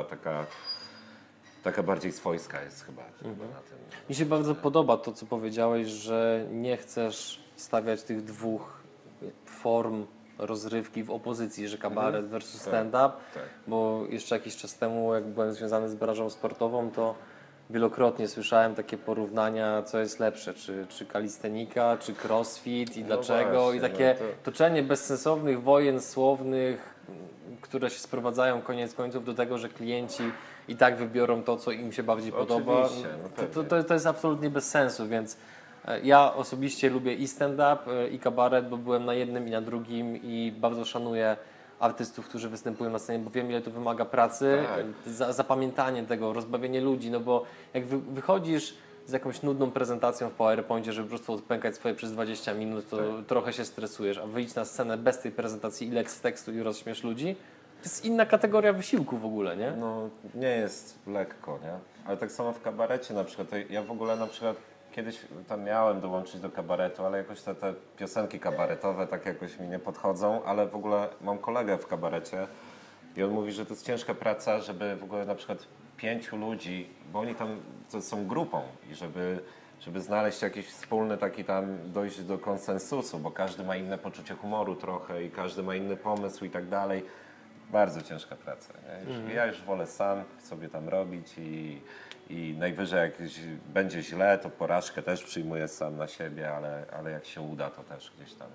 taka bardziej swojska jest chyba na tym. Mi się bardzo podoba to, co powiedziałeś, że nie chcesz stawiać tych dwóch form rozrywki w opozycji, że kabaret versus stand-up, bo jeszcze jakiś czas temu, jak byłem związany z branżą sportową, to wielokrotnie słyszałem takie porównania, co jest lepsze, czy kalistenika, czy crossfit i dlaczego, właśnie, i takie no toczenie bezsensownych wojen słownych, które się sprowadzają koniec końców do tego, że klienci i tak wybiorą to, co im się bardziej podoba. Oczywiście, no To jest absolutnie bez sensu, więc ja osobiście lubię i stand-up, i kabaret, bo byłem na jednym i na drugim i bardzo szanuję artystów, którzy występują na scenie, bo wiem, ile to wymaga pracy, zapamiętanie tego, rozbawienie ludzi, no bo jak wychodzisz z jakąś nudną prezentacją w PowerPoincie, żeby po prostu odpękać swoje przez 20 minut, to trochę się stresujesz, a wyjść na scenę bez tej prezentacji i lec z tekstu i rozśmiesz ludzi, to jest inna kategoria wysiłku w ogóle, nie? No nie jest lekko, nie? Ale tak samo w kabarecie na przykład, ja w ogóle na przykład kiedyś tam miałem dołączyć do kabaretu, ale jakoś te piosenki kabaretowe tak jakoś mi nie podchodzą, ale w ogóle mam kolegę w kabarecie i on mówi, że to jest ciężka praca, żeby w ogóle na przykład 5 ludzi, bo oni tam to są grupą i żeby znaleźć jakiś wspólny taki tam, dojść do konsensusu, bo każdy ma inne poczucie humoru trochę i każdy ma inny pomysł i tak dalej. Bardzo ciężka praca. Nie? Ja już wolę sam sobie tam robić i najwyżej jak będzie źle, to porażkę też przyjmuję sam na siebie, ale jak się uda, to też gdzieś tam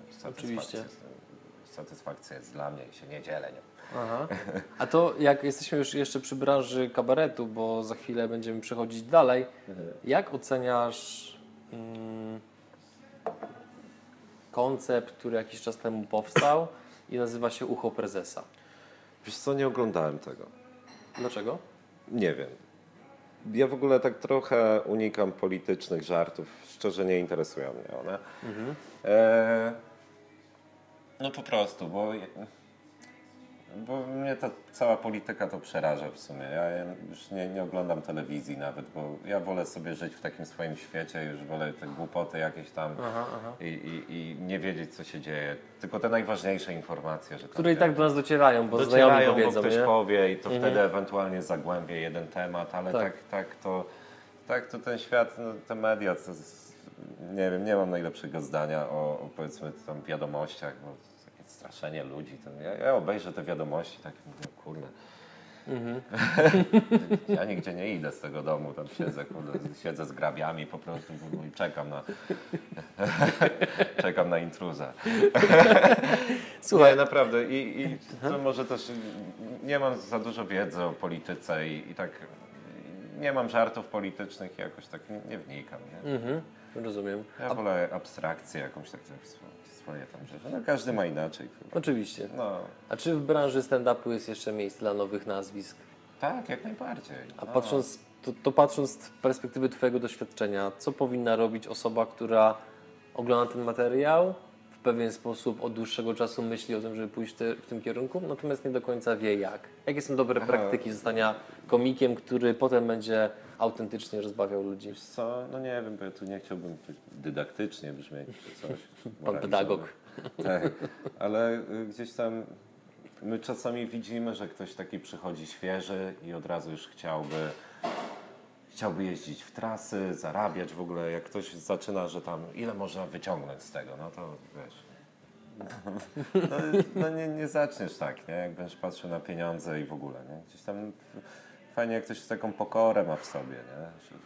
satysfakcja jest dla mnie i się nie dzielę. Nie? Aha. A to jak jesteśmy już jeszcze przy branży kabaretu, bo za chwilę będziemy przechodzić dalej, jak oceniasz koncept, który jakiś czas temu powstał i nazywa się Ucho Prezesa? Wiesz co, nie oglądałem tego. Dlaczego? Nie wiem. Ja w ogóle tak trochę unikam politycznych żartów. Szczerze nie interesują mnie one. No po prostu, bo mnie ta cała polityka to przeraża w sumie. Ja już nie oglądam telewizji nawet, bo ja wolę sobie żyć w takim swoim świecie, już wolę te głupoty jakieś tam I nie wiedzieć, co się dzieje. Tylko te najważniejsze informacje, że Które i tak do nas docierają, bo znajomi powiedzą, bo ktoś nie? powie i to wtedy ewentualnie zagłębię jeden temat, ale tak to ten świat, no, te media, to nie wiem, nie mam najlepszego zdania o powiedzmy tam wiadomościach, bo takie straszenie ludzi. Ja obejrzę te wiadomości, tak mówię, kurde. Ja nigdzie nie idę z tego domu, tam siedzę z grabiami po prostu i czekam na intruza. Słuchaj, naprawdę i to może też nie mam za dużo wiedzy o polityce i tak nie mam żartów politycznych i jakoś tak nie wnikam. Nie? Rozumiem. Ja wolę abstrakcję jakąś tak swoje tam rzeczy. No każdy ma inaczej. Oczywiście. No A czy w branży stand-upu jest jeszcze miejsce dla nowych nazwisk? tak, jak najbardziej. A No. patrząc, patrząc z perspektywy Twojego doświadczenia, co powinna robić osoba, która ogląda ten materiał, w pewien sposób od dłuższego czasu myśli o tym, żeby pójść w tym kierunku, natomiast nie do końca wie jak? Jakie są dobre praktyki zostania komikiem, który potem będzie autentycznie rozbawiał ludzi? Wiesz co, no nie wiem, bo ja tu nie chciałbym dydaktycznie brzmieć czy coś. Pan pedagog. Tak, ale gdzieś tam my czasami widzimy, że ktoś taki przychodzi świeży i od razu już chciałby jeździć w trasy, zarabiać w ogóle. Jak ktoś zaczyna, że tam ile można wyciągnąć z tego, no to wiesz. No nie zaczniesz tak, nie? Jak będziesz patrzył na pieniądze i w ogóle, nie? Gdzieś tam fajnie jak ktoś taką pokorę ma w sobie, nie?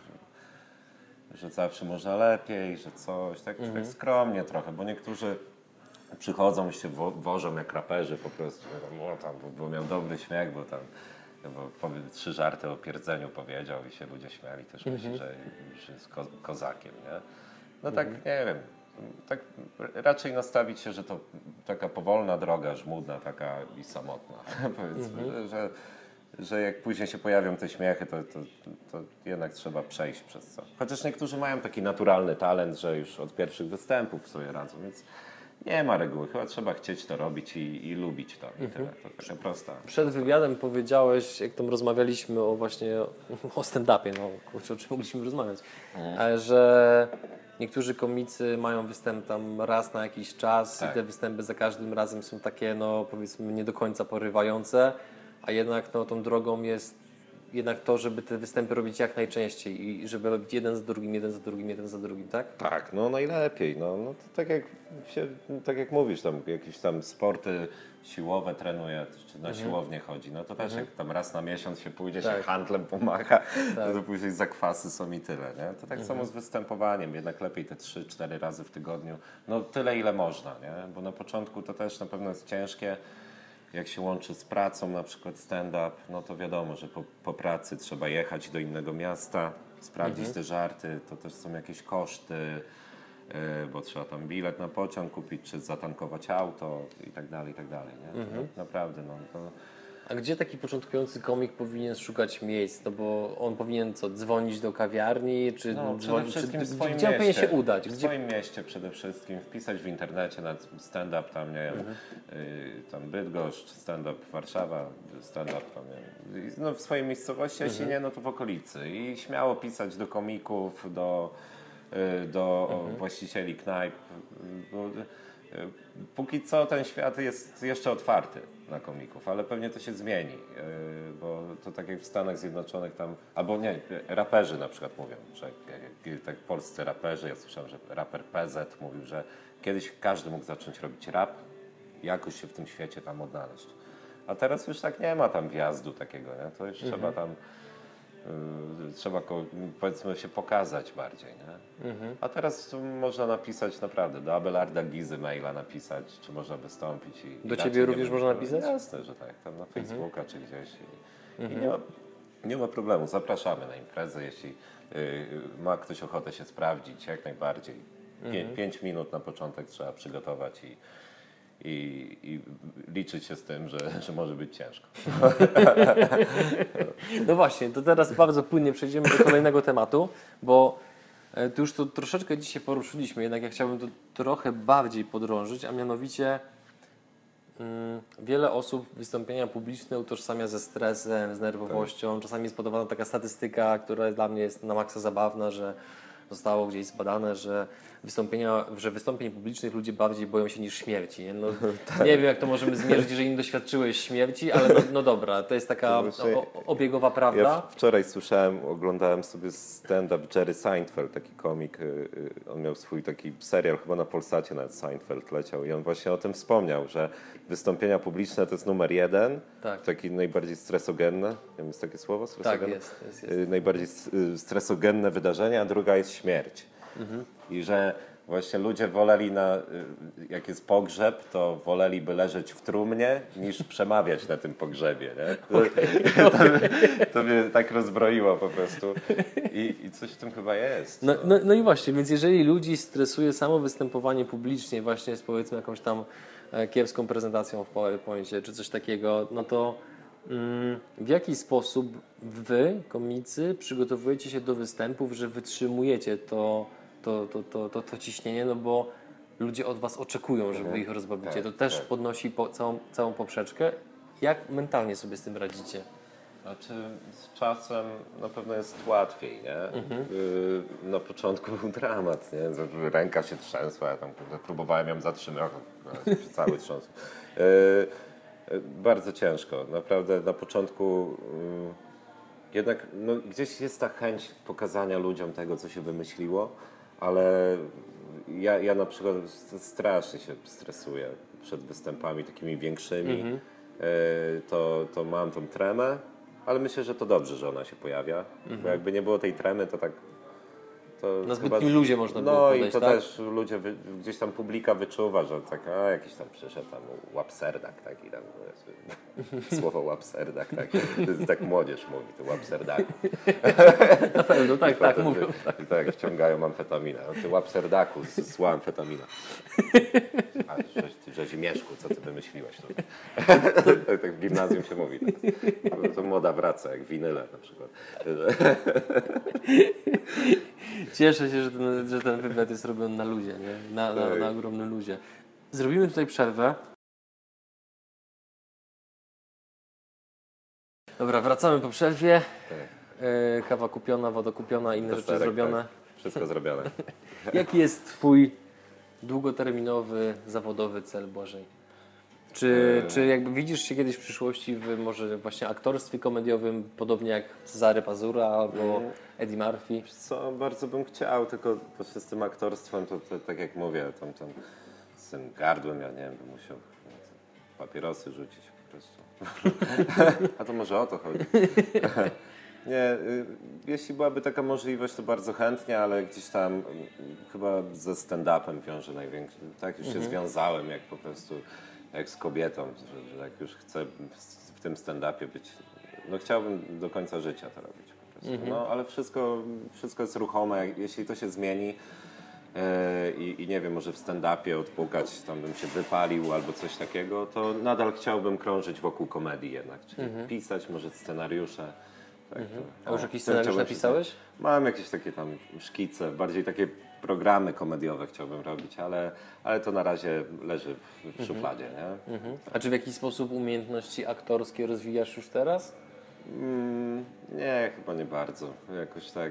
Że zawsze można lepiej, że coś, tak skromnie trochę, bo niektórzy przychodzą i się wożą jak raperzy po prostu, bo miał dobry śmiech, bo 3 żarty o pierdzeniu powiedział i się ludzie śmiali, też myśli, że jest kozakiem, nie? No tak, nie wiem, tak raczej nastawić się, że to taka powolna droga, żmudna taka i samotna, powiedzmy, że jak później się pojawią te śmiechy, to jednak trzeba przejść przez to. Chociaż niektórzy mają taki naturalny talent, że już od pierwszych występów sobie radzą, więc nie ma reguły. Chyba trzeba chcieć to robić i lubić to. I tyle. To taka prosta. Przed wywiadem powiedziałeś, jak tam rozmawialiśmy o stand-upie, no kurczę, o czym mogliśmy rozmawiać, że niektórzy komicy mają występ tam raz na jakiś czas i te występy za każdym razem są takie, no powiedzmy, nie do końca porywające, a jednak no, tą drogą jest jednak to, żeby te występy robić jak najczęściej i żeby robić jeden za drugim, jeden za drugim, jeden za drugim, tak? Tak, no najlepiej. No to tak jak mówisz, tam jakieś tam sporty siłowe trenuje, czy na siłownię chodzi, no to też jak tam raz na miesiąc się pójdzie, się handlem pomacha, to później zakwasy są i tyle, nie? To tak samo z występowaniem, jednak lepiej te 3-4 razy w tygodniu, no tyle ile można, nie? Bo na początku to też na pewno jest ciężkie, jak się łączy z pracą, na przykład stand-up, no to wiadomo, że po pracy trzeba jechać do innego miasta, sprawdzić te żarty, to też są jakieś koszty, bo trzeba tam bilet na pociąg kupić, czy zatankować auto i tak dalej, nie? To naprawdę, no to... A gdzie taki początkujący komik powinien szukać miejsc? No bo on powinien dzwonić do kawiarni, czy No, dzwonić, przede wszystkim w swoim gdzie on powinien się udać? W swoim mieście przede wszystkim, wpisać w internecie na stand-up, tam nie wiem, tam Bydgoszcz, stand-up Warszawa, stand-up tam nie wiem, no w swojej miejscowości, a jeśli nie, no to w okolicy. I śmiało pisać do komików, do właścicieli knajp, bo póki co ten świat jest jeszcze otwarty na komików, ale pewnie to się zmieni, bo to tak jak w Stanach Zjednoczonych tam, albo nie, raperzy na przykład mówią, że tak polscy raperzy, ja słyszałem, że raper PZ mówił, że kiedyś każdy mógł zacząć robić rap, jakoś się w tym świecie tam odnaleźć. A teraz już tak nie ma tam wjazdu takiego, nie? To już trzeba tam powiedzmy się pokazać bardziej, nie? A teraz można napisać naprawdę do Abelarda Gizy maila napisać, czy można wystąpić. Do ciebie również można napisać? Jasne, że tak, tam na Facebooka czy gdzieś. I nie ma problemu, zapraszamy na imprezę, jeśli ma ktoś ochotę się sprawdzić, jak najbardziej. 5 minut na początek trzeba przygotować i liczyć się z tym, że może być ciężko. No właśnie, to teraz bardzo płynnie przejdziemy do kolejnego tematu, bo tu już to troszeczkę dzisiaj poruszyliśmy, jednak ja chciałbym to trochę bardziej podrążyć, a mianowicie wiele osób wystąpienia publiczne utożsamia ze stresem, z nerwowością. Czasami jest podawana taka statystyka, która dla mnie jest na maksa zabawna, że zostało gdzieś zbadane, że wystąpień publicznych ludzie bardziej boją się niż śmierci. Nie? No, nie wiem, jak to możemy zmierzyć, jeżeli nie doświadczyłeś śmierci, ale no dobra, to jest taka obiegowa prawda. Ja wczoraj oglądałem sobie stand-up Jerry Seinfeld, taki komik. On miał swój taki serial, chyba na Polsacie nawet Seinfeld leciał i on właśnie o tym wspomniał, że wystąpienia publiczne to jest numer 1, taki najbardziej stresogenne. Nie wiem, jest takie słowo? Stresogenne? Tak, jest. Najbardziej stresogenne wydarzenie, a druga jest śmierć. I że Właśnie ludzie woleli jak jest pogrzeb, to woleliby leżeć w trumnie, niż przemawiać na tym pogrzebie, nie? To mnie tak rozbroiło po prostu. I coś w tym chyba jest. No i właśnie, więc jeżeli ludzi stresuje samo występowanie publicznie właśnie z powiedzmy jakąś tam kiepską prezentacją w PowerPoincie czy coś takiego, no to w jaki sposób wy, komicy, przygotowujecie się do występów, że wytrzymujecie to ciśnienie, no bo ludzie od was oczekują, że wy ich rozbawicie. To też podnosi całą poprzeczkę. Jak mentalnie sobie z tym radzicie? Znaczy z czasem na pewno jest łatwiej, nie? Na początku był dramat, nie? Ręka się trzęsła, ja tam próbowałem ją zatrzymać, cały trząsł. Bardzo ciężko, naprawdę na początku jednak no, gdzieś jest ta chęć pokazania ludziom tego, co się wymyśliło, ale ja na przykład strasznie się stresuję przed występami takimi większymi, to mam tą tremę, ale myślę, że to dobrze, że ona się pojawia, bo jakby nie było tej tremy, to tak... Na zbytnim luzie można było No podejść, i to tak? też ludzie, gdzieś tam publika wyczuwa, że tak, jakiś tam przyszedł tam łapserdak taki tam, słowo łapserdak, tak, tak młodzież mówi, to łapserdaku. Na pewno, tak, mówią. I tak wciągają amfetaminę. No, ty łapserdaku, zła amfetamina. A Rzezimieszku, co ty wymyśliłeś tutaj? Tak w gimnazjum się mówi. To moda wraca, jak winyle na przykład. Cieszę się, że ten wywiad jest robiony na luzie, nie? Na ogromnym luzie. Zrobimy tutaj przerwę. Dobra, wracamy po przerwie. Kawa kupiona, woda kupiona, inne rzeczy zrobione. Tak. Wszystko zrobione. Jaki jest twój długoterminowy, zawodowy cel, Błażej? Czy jakby widzisz się kiedyś w przyszłości w może właśnie aktorstwie komediowym, podobnie jak Cezary Pazura albo Eddie Murphy? Co, bardzo bym chciał, tylko właśnie z tym aktorstwem, to tak jak mówię, tam z tym gardłem, ja nie wiem, bym musiał papierosy rzucić po prostu. A to może o to chodzi. Nie, jeśli byłaby taka możliwość, to bardzo chętnie, ale gdzieś tam chyba ze stand-upem wiąże największy. Tak już się związałem, jak po prostu jak z kobietą, że jak już chcę w tym stand-upie być, no chciałbym do końca życia to robić po prostu. No ale wszystko jest ruchome, jeśli to się zmieni i nie wiem, może w stand-upie odpukać, tam bym się wypalił albo coś takiego, to nadal chciałbym krążyć wokół komedii jednak, czyli pisać może scenariusze. Tak, A już jakiś scenariusz napisałeś? Mam jakieś takie tam szkice, bardziej takie programy komediowe chciałbym robić, ale to na razie leży w szufladzie, nie? A czy w jakiś sposób umiejętności aktorskie rozwijasz już teraz? Nie, chyba nie bardzo. Jakoś tak...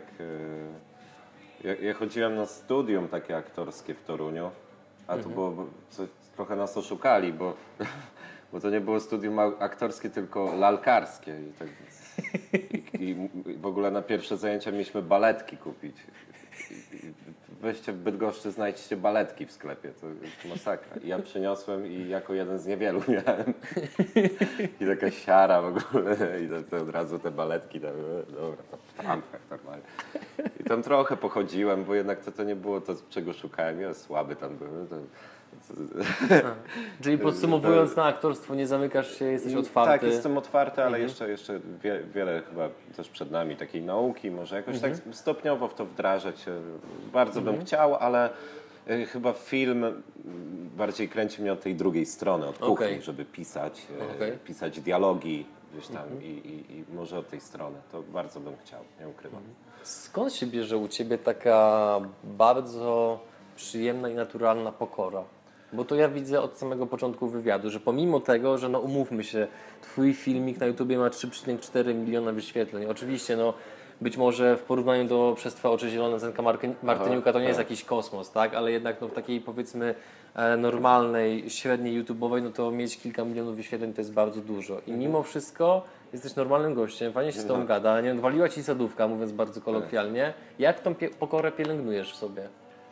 Ja chodziłem na studium takie aktorskie w Toruniu, a to było... Trochę nas oszukali, bo to nie było studium aktorskie, tylko lalkarskie. I w ogóle na pierwsze zajęcia mieliśmy baletki kupić. Weźcie w Bydgoszczy, znajdźcie baletki w sklepie, to masakra. I ja przyniosłem i jako jeden z niewielu miałem. I taka siara w ogóle. I to od razu te baletki, tam, dobra, to w trampach normalnie. I tam trochę pochodziłem, bo jednak to nie było to, czego szukałem. Ja słaby tam byłem. Czyli podsumowując, na aktorstwo nie zamykasz się, jesteś otwarty. Tak, jestem otwarty, ale jeszcze wiele chyba też przed nami takiej nauki, może jakoś tak stopniowo w to wdrażać. Bardzo bym chciał, ale chyba film bardziej kręci mnie od tej drugiej strony, od kuchni, żeby pisać dialogi gdzieś tam i może od tej strony. To bardzo bym chciał, nie ukrywam. Skąd się bierze u Ciebie taka bardzo przyjemna i naturalna pokora? Bo to ja widzę od samego początku wywiadu, że pomimo tego, że no umówmy się, Twój filmik na YouTubie ma 3,4 miliona wyświetleń. Oczywiście, no być może w porównaniu do Przez Twe oczy zielone Zenka Martyniuka to nie jest jakiś kosmos, tak? Ale jednak no, w takiej powiedzmy normalnej, średniej YouTube'owej, no to mieć kilka milionów wyświetleń to jest bardzo dużo. I mimo wszystko jesteś normalnym gościem, fajnie się z Tobą gada, nie odwaliła Ci sadówka, mówiąc bardzo kolokwialnie. Jak tą pokorę pielęgnujesz w sobie?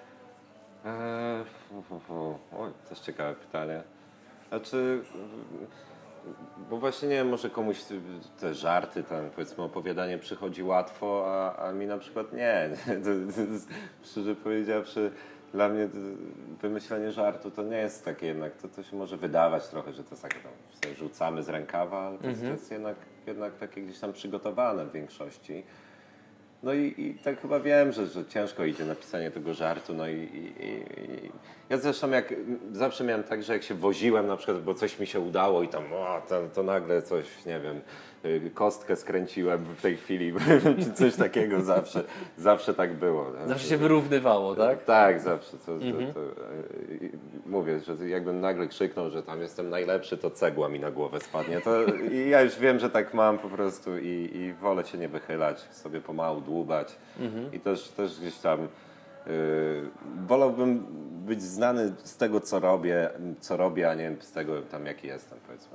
Oj, to jest ciekawe pytanie. Znaczy, bo właśnie nie wiem, może komuś te żarty, tam powiedzmy opowiadanie przychodzi łatwo, a mi na przykład nie. Szczerze powiedziawszy, Dla mnie wymyślenie żartu to nie jest takie jednak, to się może wydawać trochę, że to jest takie tam sobie rzucamy z rękawa, ale to jest jednak takie gdzieś tam przygotowane w większości. No i tak chyba wiem, że ciężko idzie napisanie tego żartu, no i ja zresztą zawsze miałem tak, że jak się woziłem na przykład, bo coś mi się udało i tam to nagle coś, nie wiem, kostkę skręciłem w tej chwili, czy coś takiego zawsze tak było. Nie? Zawsze się wyrównywało, tak? Tak, zawsze. Mówię, że jakbym nagle krzyknął, że tam jestem najlepszy, to cegła mi na głowę spadnie. I ja już wiem, że tak mam po prostu i wolę się nie wychylać, sobie pomału dłubać. I też gdzieś tam wolałbym być znany z tego, co robię, a nie z tego tam, jaki jestem, powiedzmy.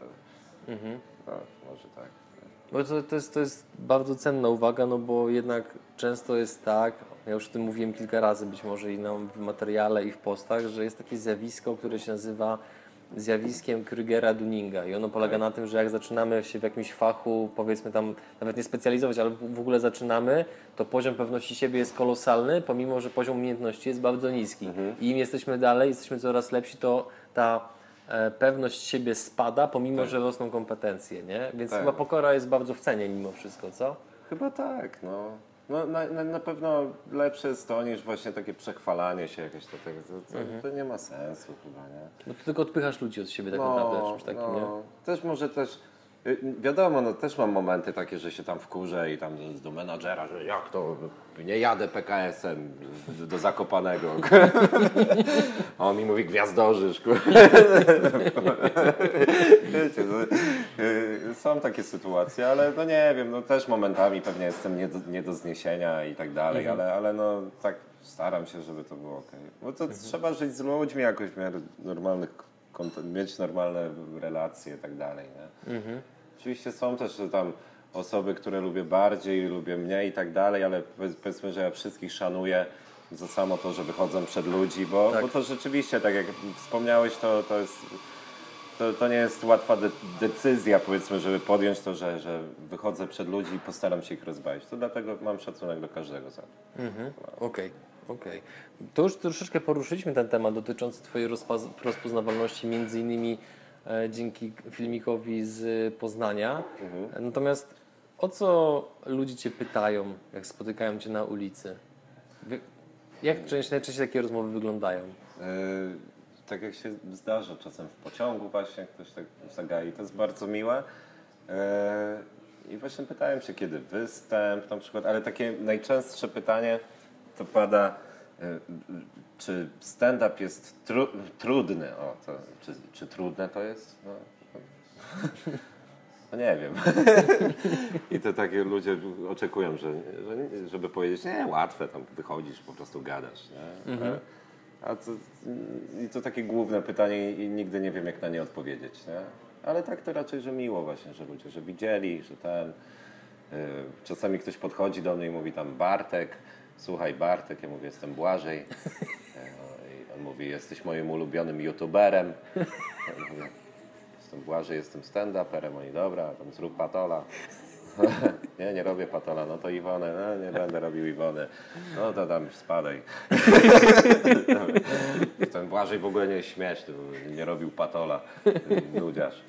Może tak. Bo to jest bardzo cenna uwaga, no bo jednak często jest tak, ja już o tym mówiłem kilka razy, być może i w materiale, i w postach, że jest takie zjawisko, które się nazywa zjawiskiem Krugera-Dunninga i ono polega na tym, że jak zaczynamy się w jakimś fachu, powiedzmy tam nawet nie specjalizować, ale w ogóle zaczynamy, to poziom pewności siebie jest kolosalny, pomimo że poziom umiejętności jest bardzo niski. I im jesteśmy dalej, jesteśmy coraz lepsi, to ta pewność siebie spada, pomimo że rosną kompetencje, nie? Więc chyba pokora jest bardzo w cenie mimo wszystko, co? Chyba tak, no. No na pewno lepsze jest to niż właśnie takie przechwalanie się jakieś do tego. To nie ma sensu chyba, nie? No to tylko odpychasz ludzi od siebie tak naprawdę czymś takim, nie? Też może wiadomo, no też mam momenty takie, że się tam wkurzę i tam do menadżera, że jak to, nie jadę PKS-em do Zakopanego. A on mi mówi gwiazdorzysz. Wiecie, są takie sytuacje, ale no nie wiem, no też momentami pewnie jestem nie do zniesienia i tak dalej, ale no tak staram się, żeby to było okej. Bo to trzeba żyć z ludźmi jakoś w miarę normalnych, mieć normalne relacje i tak dalej, nie? Oczywiście są też tam osoby, które lubię bardziej, lubię mniej i tak dalej, ale powiedzmy, że ja wszystkich szanuję za samo to, że wychodzą przed ludzi, bo to rzeczywiście, tak jak wspomniałeś, to nie jest łatwa decyzja, powiedzmy, żeby podjąć to, że wychodzę przed ludzi i postaram się ich rozbawić. To dlatego mam szacunek do każdego za to. Okej. To już troszeczkę poruszyliśmy ten temat dotyczący twojej rozpoznawalności, między innymi dzięki filmikowi z Poznania. Natomiast o co ludzie cię pytają, jak spotykają cię na ulicy? Jak najczęściej takie rozmowy wyglądają? Tak jak się zdarza czasem w pociągu właśnie, jak ktoś tak zagai, to jest bardzo miłe. I właśnie pytałem się, kiedy występ na przykład, ale takie najczęstsze pytanie to pada, czy stand-up jest trudny? Czy trudne to jest? No nie wiem. I to takie ludzie oczekują, żeby powiedzieć, nie, łatwe, tam wychodzisz, po prostu gadasz. Nie? I to takie główne pytanie i nigdy nie wiem, jak na nie odpowiedzieć. Nie? Ale tak to raczej, że miło właśnie, że ludzie, że widzieli, że czasami ktoś podchodzi do mnie i mówi tam Bartek, słuchaj Bartek, ja mówię, jestem Błażej. I on mówi, jesteś moim ulubionym youtuberem. Ja mówię, jestem Błażej, jestem stand-uperem. Oni, dobra, tam zrób patola. Nie robię patola, no to Iwonę, no nie będę robił Iwony. No to tam spadaj. Ten Błażej w ogóle nie jest śmieszny, bo nie robił patola. Nudziarz.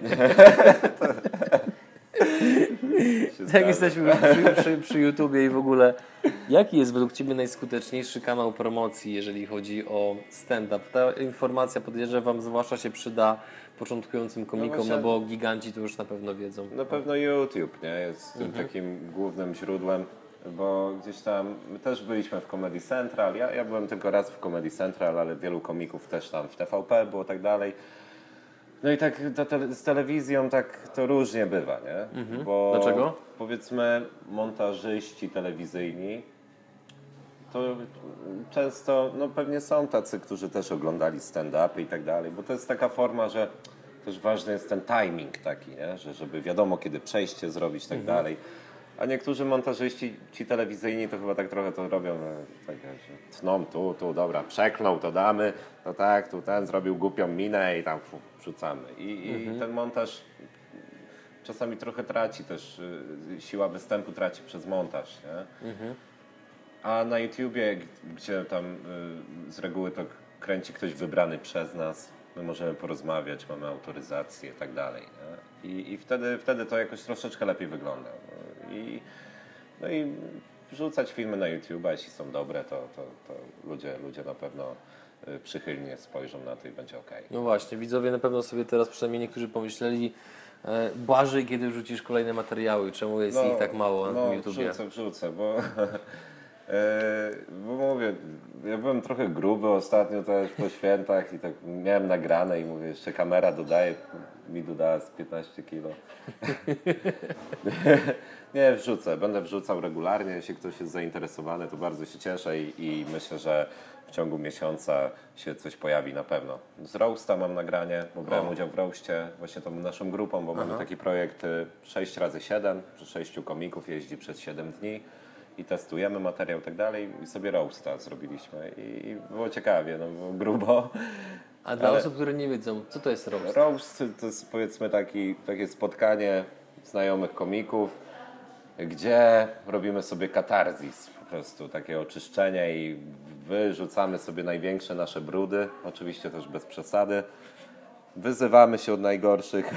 Jak jesteśmy przy YouTubie i w ogóle, jaki jest według ciebie najskuteczniejszy kanał promocji, jeżeli chodzi o stand-up? Ta informacja, podejrzewam, zwłaszcza się przyda początkującym komikom, no bo giganci to już na pewno wiedzą. Na pewno YouTube, nie? Jest tym takim głównym źródłem, bo gdzieś tam, my też byliśmy w Comedy Central, ja byłem tylko raz w Comedy Central, ale wielu komików też tam w TVP było tak dalej. No i tak z telewizją tak to różnie bywa, nie? Bo dlaczego? Powiedzmy montażyści telewizyjni to często, no pewnie są tacy, którzy też oglądali stand-upy i tak dalej, bo to jest taka forma, że też ważny jest ten timing taki, nie? Że żeby wiadomo kiedy przejście zrobić i tak dalej. A niektórzy montażyści, ci telewizyjni to chyba tak trochę to robią, tak, że tną tu, dobra, przeklął, to damy, to tak, tu ten zrobił głupią minę i tam wrzucamy. I ten montaż czasami trochę traci też, siła występu traci przez montaż, nie? A na YouTubie, gdzie tam z reguły to kręci ktoś wybrany przez nas, my możemy porozmawiać, mamy autoryzację i tak dalej. Nie? I wtedy to jakoś troszeczkę lepiej wygląda. No i wrzucać filmy na YouTube, a jeśli są dobre, to ludzie na pewno przychylnie spojrzą na to i będzie ok. No właśnie, widzowie na pewno sobie teraz przynajmniej niektórzy pomyśleli, Błażej, kiedy wrzucisz kolejne materiały, czemu jest ich tak mało na tym YouTubie? Wrzucę, bo mówię, ja byłem trochę gruby ostatnio też po świętach i tak miałem nagrane i mówię, jeszcze kamera mi dodała z 15 kilo. Nie, wrzucę, będę wrzucał regularnie, jeśli ktoś jest zainteresowany, to bardzo się cieszę i myślę, że w ciągu miesiąca się coś pojawi na pewno. Z Roasta mam nagranie, bo brałem udział w Roastie, właśnie tą naszą grupą, bo mamy taki projekt 6x7, że 6 komików jeździ przez 7 dni i testujemy materiał i tak dalej i sobie Roasta zrobiliśmy i było ciekawie, no było grubo. A dla osób, które nie wiedzą, co to jest roast? Roast to jest powiedzmy takie spotkanie znajomych komików, gdzie robimy sobie katarzis, po prostu takie oczyszczenie i wyrzucamy sobie największe nasze brudy, oczywiście też bez przesady. Wyzywamy się od najgorszych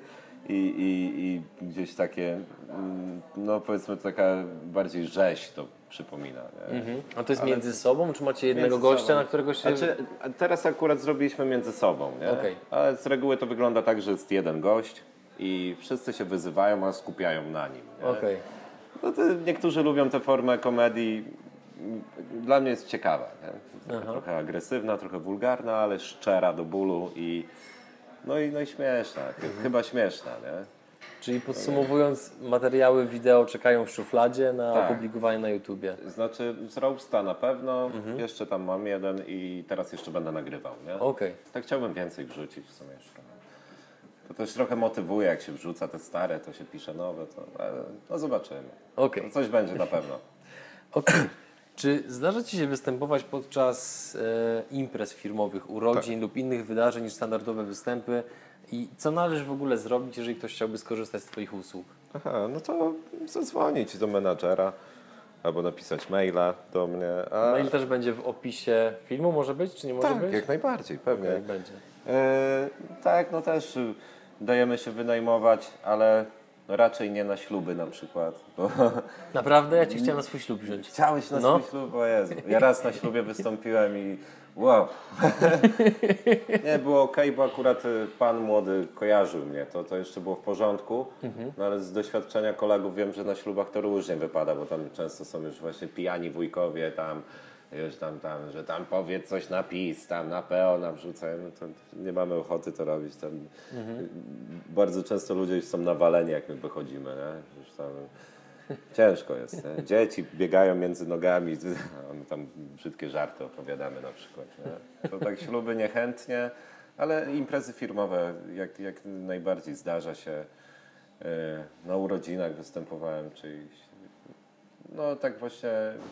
i gdzieś takie, no powiedzmy taka bardziej rzeź to przypomina. Nie? A to jest między sobą, czy macie jednego Między gościa, sobą. na którego się... A teraz akurat zrobiliśmy między sobą, nie? Okej. Ale z reguły to wygląda tak, że jest jeden gość i wszyscy się wyzywają, a skupiają na nim. Nie? Okej. No to niektórzy lubią tę formę komedii. Dla mnie jest ciekawa. Nie? Trochę agresywna, trochę wulgarna, ale szczera do bólu i śmieszna. Chyba śmieszna, nie? Czyli podsumowując, materiały wideo czekają w szufladzie na Tak. opublikowanie na YouTubie. Znaczy z Roasta na pewno, jeszcze tam mam jeden i teraz jeszcze będę nagrywał, nie? Okej. Tak chciałbym więcej wrzucić w sumie jeszcze. To też trochę motywuje, jak się wrzuca te stare, to się pisze nowe, no zobaczymy. Okej. Coś będzie na pewno. Okej. Czy zdarza Ci się występować podczas imprez firmowych, urodzin lub innych wydarzeń niż standardowe występy? I co należy w ogóle zrobić, jeżeli ktoś chciałby skorzystać z Twoich usług? Aha, no to zadzwonić do menadżera albo napisać maila do mnie. Mail też będzie w opisie filmu, może być, czy nie może Tak, być? jak najbardziej, pewnie. Jak będzie. Tak, no też dajemy się wynajmować, ale raczej nie na śluby na przykład. Bo Naprawdę? Ja Cię chciałem na swój ślub wziąć. chciałeś na No. swój ślub? O Jezu. Ja raz na ślubie wystąpiłem i wow. Nie, było okej, bo akurat pan młody kojarzył mnie, to jeszcze było w porządku, no ale z doświadczenia kolegów wiem, że na ślubach to różnie wypada, bo tam często są już właśnie pijani wujkowie, tam już tam, że tam powiedz coś na PiS, tam na PO nawrzucają, no to nie mamy ochoty to robić. Tam bardzo często ludzie już są nawaleni, jak my wychodzimy, nie? Już tam ciężko jest, nie? Dzieci biegają między nogami, a my tam brzydkie żarty opowiadamy na przykład. Nie? To tak śluby niechętnie, ale imprezy firmowe jak najbardziej zdarza się. Na urodzinach występowałem czyjś. No tak właśnie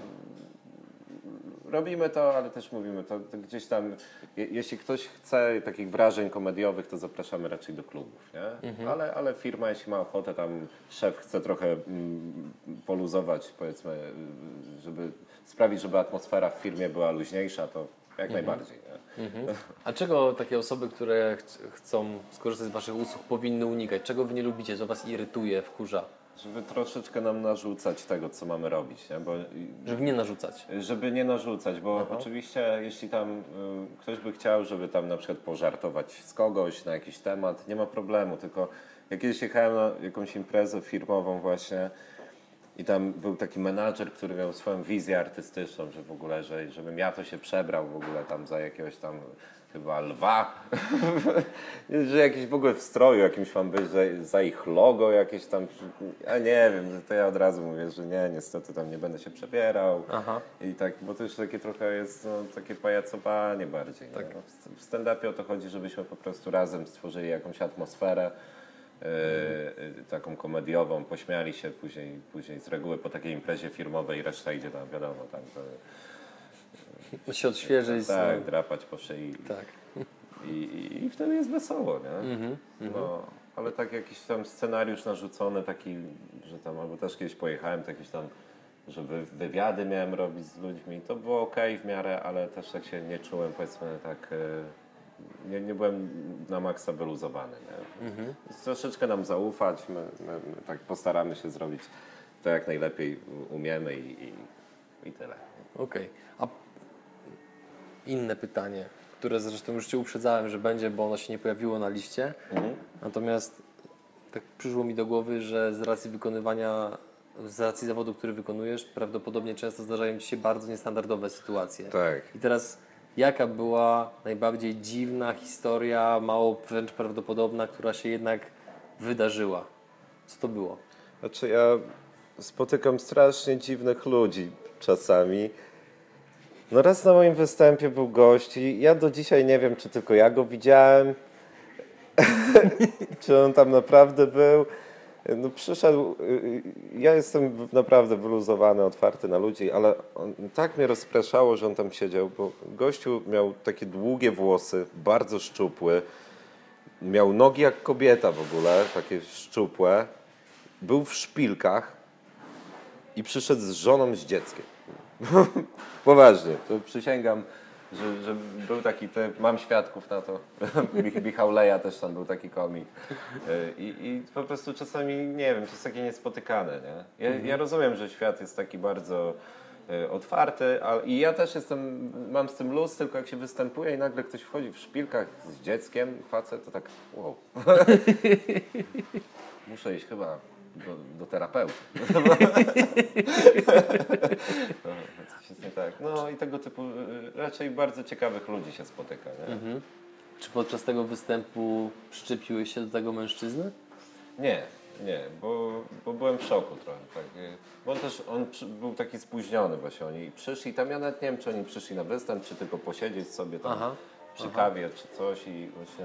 robimy to, ale też mówimy to gdzieś tam, jeśli ktoś chce takich wrażeń komediowych, to zapraszamy raczej do klubów, nie? Ale firma, jeśli ma ochotę, tam szef chce trochę poluzować, powiedzmy, żeby sprawić, żeby atmosfera w firmie była luźniejsza, to jak najbardziej, nie? A czego takie osoby, które chcą skorzystać z Waszych usług, powinny unikać? Czego Wy nie lubicie, co Was irytuje, wkurza? Żeby troszeczkę nam narzucać tego, co mamy robić, nie? Żeby nie narzucać. Żeby nie narzucać, bo oczywiście jeśli tam ktoś by chciał, żeby tam na przykład pożartować z kogoś na jakiś temat, nie ma problemu, tylko jak kiedyś jechałem na jakąś imprezę firmową właśnie i tam był taki menadżer, który miał swoją wizję artystyczną, że w ogóle, żebym ja to się przebrał w ogóle tam za jakiegoś tam chyba lwa, że jakiś w ogóle w stroju jakimś mam być, za ich logo jakieś tam, ja nie wiem, to ja od razu mówię, że nie, niestety tam nie będę się przebierał. I tak, bo to już takie trochę jest takie pajacowanie bardziej. Tak. No, w stand-upie o to chodzi, żebyśmy po prostu razem stworzyli jakąś atmosferę taką komediową, pośmiali się, później z reguły po takiej imprezie firmowej reszta idzie tam, wiadomo, tam Się odświeżyć. tak, drapać po szyi. Tak. I wtedy jest wesoło, nie? No, ale tak jakiś tam scenariusz narzucony taki, że tam, albo też kiedyś pojechałem, to jakieś tam że wywiady miałem robić z ludźmi. To było okej w miarę, ale też tak się nie czułem, powiedzmy, tak... Nie byłem na maksa wyluzowany. Więc troszeczkę nam zaufać, my tak postaramy się zrobić to jak najlepiej umiemy i tyle. Okej. A inne pytanie, które zresztą już Cię uprzedzałem, że będzie, bo ono się nie pojawiło na liście. Natomiast tak przyszło mi do głowy, że z racji zawodu, który wykonujesz, prawdopodobnie często zdarzają Ci się bardzo niestandardowe sytuacje. Tak. I teraz jaka była najbardziej dziwna historia, mało wręcz prawdopodobna, która się jednak wydarzyła? Co to było? Znaczy ja spotykam strasznie dziwnych ludzi czasami. No raz na moim występie był gość i ja do dzisiaj nie wiem, czy tylko ja go widziałem, czy on tam naprawdę był. No przyszedł, ja jestem naprawdę wyluzowany, otwarty na ludzi, ale on tak mnie rozpraszało, że on tam siedział, bo gościu miał takie długie włosy, bardzo szczupły, miał nogi jak kobieta w ogóle, takie szczupłe, był w szpilkach i przyszedł z żoną, z dzieckiem. Poważnie, to przysięgam, że był taki typ, mam świadków na to. Michał Leja też tam był taki komik. I po prostu czasami, nie wiem, to jest takie niespotykane, nie? Ja rozumiem, że świat jest taki bardzo otwarty, i ja też mam z tym luz, tylko jak się występuje i nagle ktoś wchodzi w szpilkach z dzieckiem, facet, to tak wow. Muszę iść chyba do terapeuty. Tak. No i tego typu raczej bardzo ciekawych ludzi się spotyka. Nie? Czy podczas tego występu przyczepiłeś się do tego mężczyzny? Nie, bo byłem w szoku trochę. Tak. Bo on był taki spóźniony właśnie. Oni przyszli tam, ja nawet nie wiem, czy oni przyszli na występ, czy tylko posiedzieć sobie tam przy kawie, czy coś i właśnie...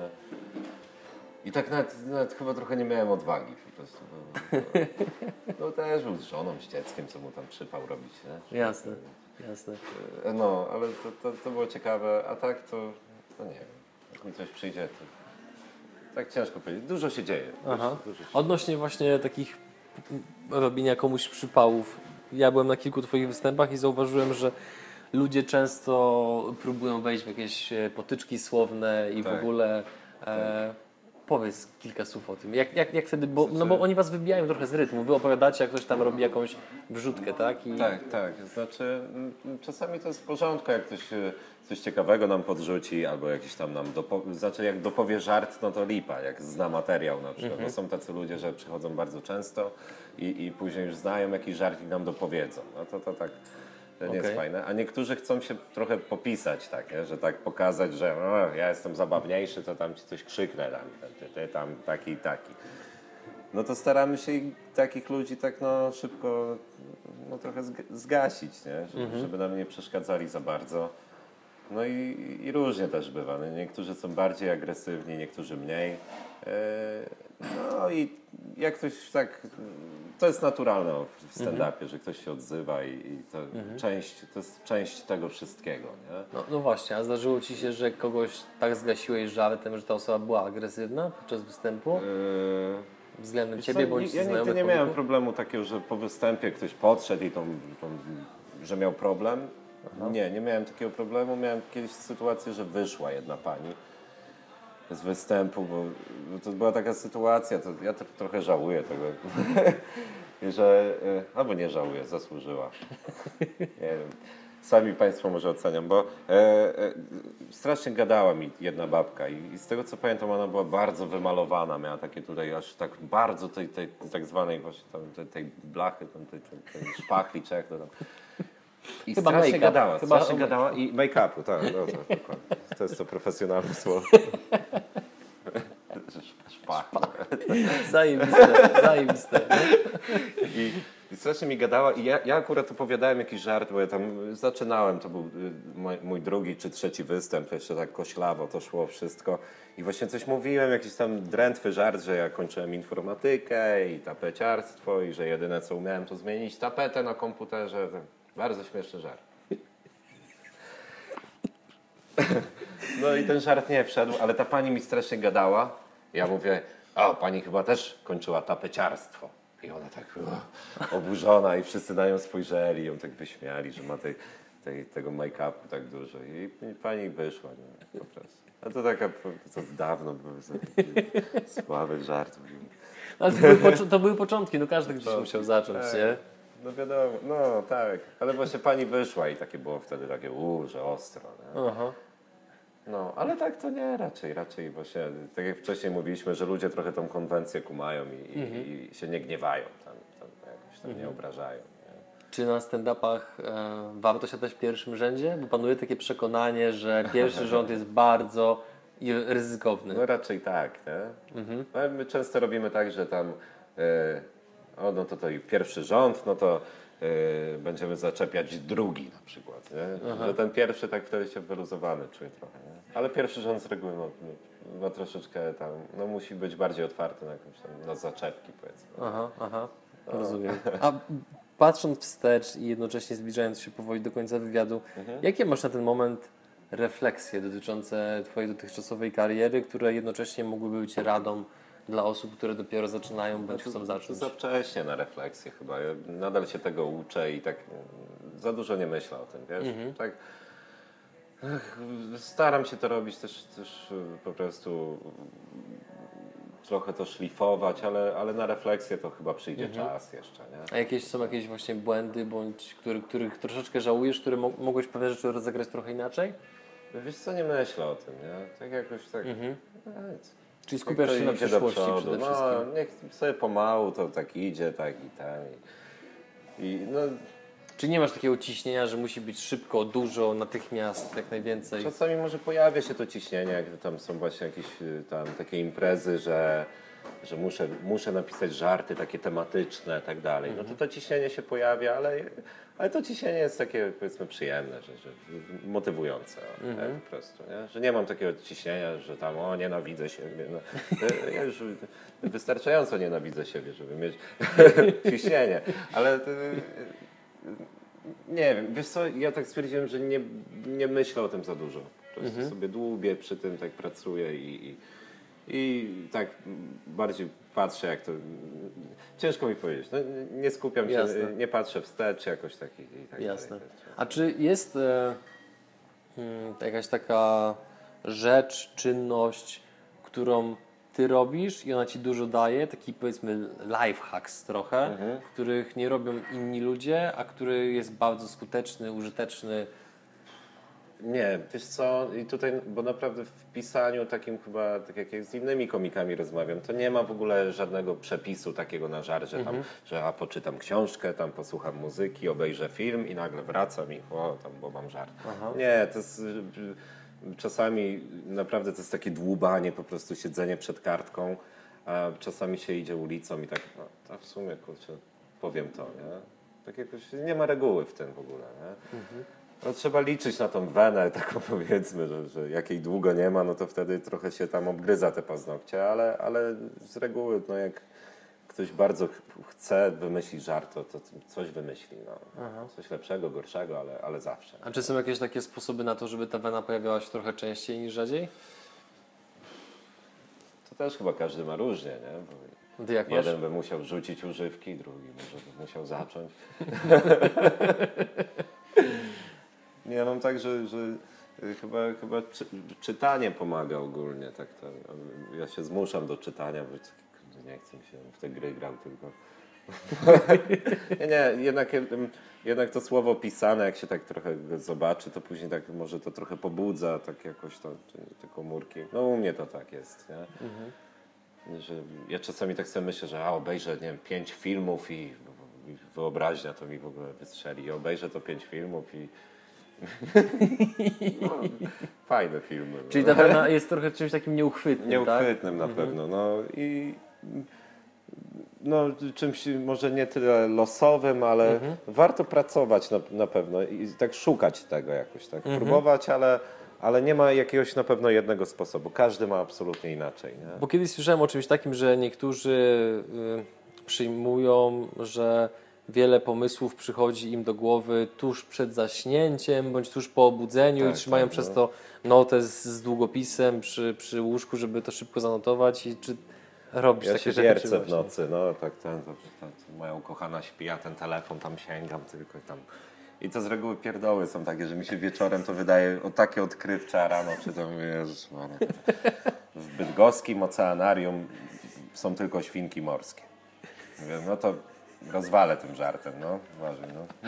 I tak nawet chyba trochę nie miałem odwagi po prostu. No też był z żoną, z dzieckiem, co mu tam przypał robić. Nie? Jasne. No, ale to było ciekawe, a tak to, no nie wiem, jak mi coś przyjdzie, to tak ciężko powiedzieć. Dużo się dzieje. Dużo się Odnośnie właśnie takich robienia komuś przypałów, ja byłem na kilku Twoich występach i zauważyłem, że ludzie często próbują wejść w jakieś potyczki słowne i w ogóle... Powiedz kilka słów o tym. Jak wtedy, bo oni was wybijają trochę z rytmu. Wy opowiadacie, jak ktoś tam robi jakąś wrzutkę, tak? Tak. Znaczy, czasami to jest w porządku, jak ktoś coś ciekawego nam podrzuci, albo jakiś tam nam jak dopowie żart, no to lipa, jak zna materiał na przykład. Bo są tacy ludzie, że przychodzą bardzo często i później już znają jakiś żart i nam dopowiedzą. No to tak... To nie jest fajne. A niektórzy chcą się trochę popisać, tak, nie? Że tak pokazać, że ja jestem zabawniejszy, to tam ci coś krzyknę, ty tam taki i taki. No to staramy się takich ludzi tak szybko trochę zgasić, nie? Żeby nam nie przeszkadzali za bardzo. No i różnie też bywa. No, niektórzy są bardziej agresywni, niektórzy mniej. No i jak ktoś tak... To jest naturalne w stand-upie, że ktoś się odzywa i to, to jest część tego wszystkiego. Nie? No właśnie, a zdarzyło Ci się, że kogoś tak zgasiłeś żartem, że ta osoba była agresywna podczas występu? Względem Ciebie bądź Ja znajomych nigdy nie miałem komików? problemu takiego, że po występie ktoś podszedł i że miał problem. Nie miałem takiego problemu. Miałem kiedyś sytuację, że wyszła jedna pani z występu, bo to była taka sytuacja, to ja trochę żałuję tego, że, albo nie żałuję, zasłużyła. Nie wiem, sami Państwo może ocenią, bo strasznie gadała mi jedna babka i z tego co pamiętam, ona była bardzo wymalowana, miała takie tutaj aż tak bardzo tej tak zwanej właśnie tam, tej blachy, tej szpachli, czy jak to tam. I Chyba strasznie gadała, i make-upu, tak, no, to jest to profesjonalne słowo. Szpach. Zajebiste. I strasznie mi gadała i ja akurat opowiadałem jakiś żart, bo ja tam zaczynałem, to był mój drugi czy trzeci występ, jeszcze tak koślawo to szło wszystko i właśnie coś mówiłem, jakiś tam drętwy żart, że ja kończyłem informatykę i tapeciarstwo i że jedyne co umiałem to zmienić tapetę na komputerze. Bardzo śmieszny żart. No i ten żart nie wszedł, ale ta pani mi strasznie gadała. Ja mówię, pani chyba też kończyła tapeciarstwo. I ona tak oburzona i wszyscy na nią spojrzeli, ją tak wyśmiali, że ma tego make-upu tak dużo. I pani wyszła, nie, po prostu. A to taka, to dawno był słaby żart. Ale to były początki, no każdy gdzieś musiał zacząć, nie? No wiadomo, no tak. Ale właśnie pani wyszła i takie było wtedy takie, że ostro, nie? Aha. No, ale tak to nie, raczej właśnie, tak jak wcześniej mówiliśmy, że ludzie trochę tą konwencję kumają i się nie gniewają, tam jakoś tam nie obrażają. Nie? Czy na stand-upach warto siadać w pierwszym rzędzie? Bo panuje takie przekonanie, że pierwszy rząd jest bardzo ryzykowny. No raczej tak, nie? No, my często robimy tak, że tam, no to i pierwszy rząd, no to będziemy zaczepiać drugi na przykład, nie? Że ten pierwszy tak wtedy się wyluzowany czuje trochę, nie? Ale pierwszy rząd z reguły no troszeczkę tam, no musi być bardziej otwarty na jakąś tam, na zaczepki powiedzmy. Aha, rozumiem. A patrząc wstecz i jednocześnie zbliżając się powoli do końca wywiadu, jakie masz na ten moment refleksje dotyczące twojej dotychczasowej kariery, które jednocześnie mogłyby być radą dla osób, które dopiero zaczynają bądź chcą To zacząć? za wcześnie na refleksję chyba. Ja nadal się tego uczę i tak za dużo nie myślę o tym, wiesz? Tak, staram się to robić też po prostu trochę to szlifować, ale na refleksję to chyba przyjdzie czas jeszcze, nie? A są jakieś właśnie błędy, bądź których troszeczkę żałujesz, które mogłeś pewne rzeczy rozegrać trochę inaczej? Wiesz co, nie myślę o tym, nie? Tak jakoś tak... Czyli skupiasz się na idzie do przyszłości przodu, przede no, wszystkim. niech sobie pomału to tak idzie, tak i ten. No, Czy nie masz takiego ciśnienia, że musi być szybko, dużo, natychmiast, jak najwięcej? czasami może pojawia się to ciśnienie, jak tam są właśnie jakieś tam takie imprezy, że muszę napisać żarty takie tematyczne i tak dalej. No to ciśnienie się pojawia, ale to ciśnienie jest takie powiedzmy przyjemne, że motywujące tak, po prostu. Nie? Że nie mam takiego ciśnienia, że tam nienawidzę siebie. No, ja już wystarczająco nienawidzę siebie, żeby mieć ciśnienie. Ale nie wiem, wiesz co, ja tak stwierdziłem, że nie myślę o tym za dużo. Po prostu sobie dłubię przy tym, tak pracuję i tak bardziej patrzę, jak to... Ciężko mi powiedzieć. No, nie skupiam się, Jasne. nie patrzę wstecz jakoś tak i tak Jasne. dalej. A czy jest jakaś taka rzecz, czynność, którą ty robisz i ona ci dużo daje, taki powiedzmy life hacks trochę, których nie robią inni ludzie, a który jest bardzo skuteczny, użyteczny? Nie, wiesz co, i tutaj, bo naprawdę w pisaniu takim chyba, tak jak z innymi komikami rozmawiam, to nie ma w ogóle żadnego przepisu takiego na żart, że tam, że poczytam książkę, tam posłucham muzyki, obejrzę film i nagle wracam i tam, bo mam żart. Nie, to jest... Czasami naprawdę to jest takie dłubanie, po prostu siedzenie przed kartką, a czasami się idzie ulicą i tak, a w sumie, kurczę, powiem to, nie? Tak jakoś nie ma reguły w tym w ogóle, nie? No, trzeba liczyć na tą wenę, taką powiedzmy, że jak jej długo nie ma, no to wtedy trochę się tam obgryza te paznokcie, ale z reguły, no jak ktoś bardzo chce wymyślić żart, to coś wymyśli, no. Coś lepszego, gorszego, ale zawsze. A czy są jakieś takie sposoby na to, żeby ta wena pojawiała się trochę częściej niż rzadziej? To też chyba każdy ma różnie, nie? Bo Ty jak masz? jeden by musiał rzucić używki, drugi może by musiał zacząć. Nie, mam tak, że chyba czytanie pomaga ogólnie. Tak to, ja się zmuszam do czytania, bo nie chcę się w te gry grał tylko. nie, jednak to słowo pisane, jak się tak trochę go zobaczy, to później tak może to trochę pobudza, tak jakoś te komórki. No u mnie to tak jest, nie? Że ja czasami tak sobie myślę, że obejrzę, nie wiem, 5 filmów i wyobraźnia to mi w ogóle wystrzeli. I obejrzę to 5 filmów i no, fajne filmy. Czyli ta wena jest trochę czymś takim nieuchwytnym, Nieuchwytnym tak? na pewno. No i czymś może nie tyle losowym, ale warto pracować na pewno i tak szukać tego jakoś, tak próbować, ale nie ma jakiegoś na pewno jednego sposobu. Każdy ma absolutnie inaczej. Nie? Bo kiedyś słyszałem o czymś takim, że niektórzy przyjmują, że wiele pomysłów przychodzi im do głowy tuż przed zaśnięciem, bądź tuż po obudzeniu i trzymają przez to notę z długopisem przy łóżku, żeby to szybko zanotować. I czy Robisz Ja takie się rzeczy wiercę w właśnie. nocy, no tak, moja ukochana śpi, ja ten telefon tam sięgam tylko tam. I to z reguły pierdoły są takie, że mi się wieczorem to wydaje takie odkrywcze, a rano czy to Jezus Maria. W bydgoskim oceanarium są tylko świnki morskie. Mówię, no to rozwalę tym żartem, no, uważaj, no.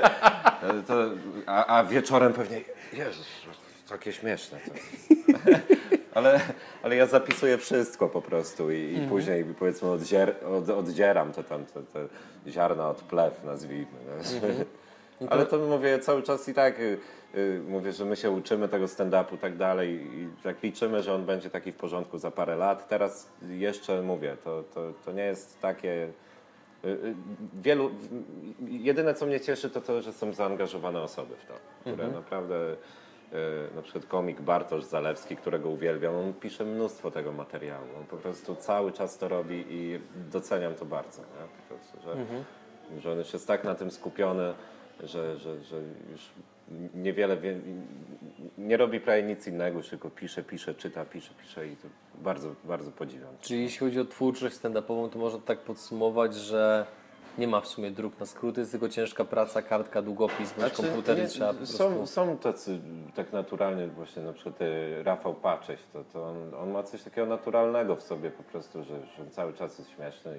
A wieczorem pewnie, Jezus, takie śmieszne to. Ale ja zapisuję wszystko po prostu i później powiedzmy oddzieram te ziarna od plew, nazwijmy. No. Ale to mówię cały czas i tak, mówię, że my się uczymy tego stand-upu i tak dalej i tak liczymy, że on będzie taki w porządku za parę lat. Teraz jeszcze mówię, to nie jest takie... Jedyne co mnie cieszy to, że są zaangażowane osoby w to, które naprawdę... Na przykład komik Bartosz Zalewski, którego uwielbiam, on pisze mnóstwo tego materiału. On po prostu cały czas to robi i doceniam to bardzo. Nie? Po prostu, że on już jest tak na tym skupiony, że już niewiele nie robi prawie nic innego, tylko pisze, czyta, pisze i to bardzo, bardzo podziwiam. Czyli jeśli chodzi o twórczość stand-upową, to można tak podsumować, że nie ma w sumie dróg na skróty, jest tylko ciężka praca, kartka, długopis, bądź komputer i trzeba po prostu... Są tacy tak naturalnie, właśnie na przykład Rafał Pacześ, to on ma coś takiego naturalnego w sobie po prostu, że on cały czas jest śmieszny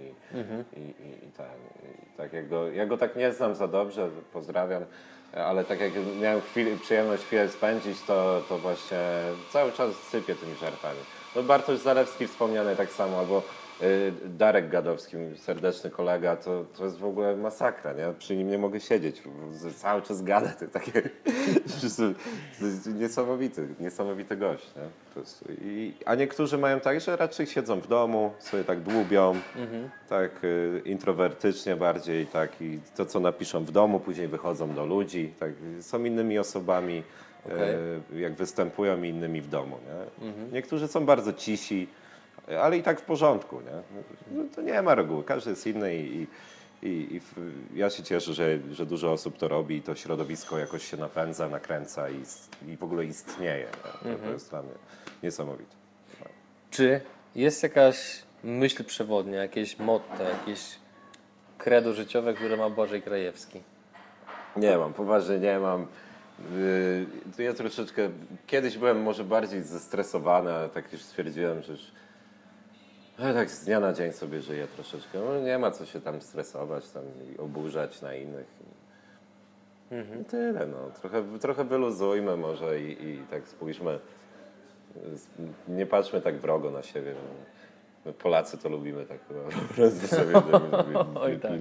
tak ja go tak nie znam za dobrze, pozdrawiam, ale tak jak miałem przyjemność chwilę spędzić, to właśnie cały czas sypię tymi żartami. No Bartosz Zalewski wspomniany tak samo, albo Darek Gadowski, serdeczny kolega, to jest w ogóle masakra, nie? Przy nim nie mogę siedzieć, cały czas gada, to takie, to jest niesamowity gość, nie? Po prostu. A niektórzy mają tak, że raczej siedzą w domu, sobie tak dłubią, tak introwertycznie bardziej, tak i to co napiszą w domu, później wychodzą do ludzi, tak, są innymi osobami, jak występują innymi w domu, nie? Niektórzy są bardzo cisi, ale i tak w porządku, nie? No, to nie ma reguły, każdy jest inny ja się cieszę, że dużo osób to robi i to środowisko jakoś się napędza, nakręca i w ogóle istnieje. To jest dla mnie niesamowite. Czy jest jakaś myśl przewodnia, jakieś motto, jakieś credo życiowe, które ma Błażej Krajewski? Nie mam, poważnie nie mam. Ja troszeczkę, kiedyś byłem może bardziej zestresowany, ale tak już stwierdziłem, że już tak z dnia na dzień sobie żyję troszeczkę. No, nie ma co się tam stresować, tam i oburzać na innych. I tyle, no. Trochę wyluzujmy może i tak spójrzmy. Nie patrzmy tak wrogo na siebie. My Polacy to lubimy tak chyba po prostu sobie. Oj, tak.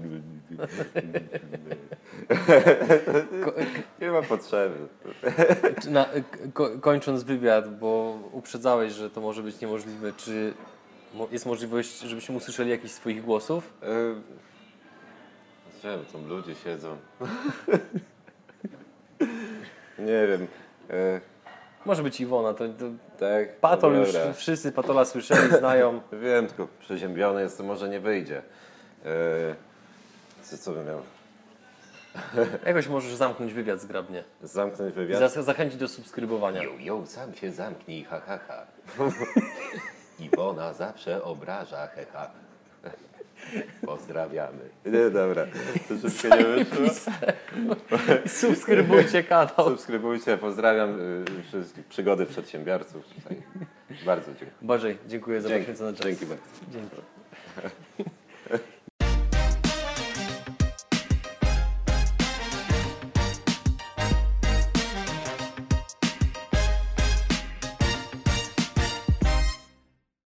Nie ma potrzeby. Kończąc wywiad, bo uprzedzałeś, że to może być niemożliwe, czy jest możliwość, żebyśmy usłyszeli jakiś z Twoich głosów? Wiem, tam ludzie siedzą. Nie wiem. Może być Iwona, to Tak, Patol no już, dobra. wszyscy Patola słyszeli, znają. Wiem, tylko przeziębiony jest, to może nie wyjdzie. Co bym miał? Jakoś możesz zamknąć wywiad zgrabnie. Zamknąć wywiad? Zachęcić do subskrybowania. Sam się zamknij, ha, ha, ha. Iwona zawsze obraża, he, ha. Pozdrawiamy. Nie, dobra. To wszystko nie wyszło. Subskrybujcie kanał. Subskrybujcie, pozdrawiam wszystkich przygody przedsiębiorców. Tutaj. Bardzo dziękuję. Błażej, dziękuję za Dzięki. poświęcony czas. Dzięki bardzo. Dzięki.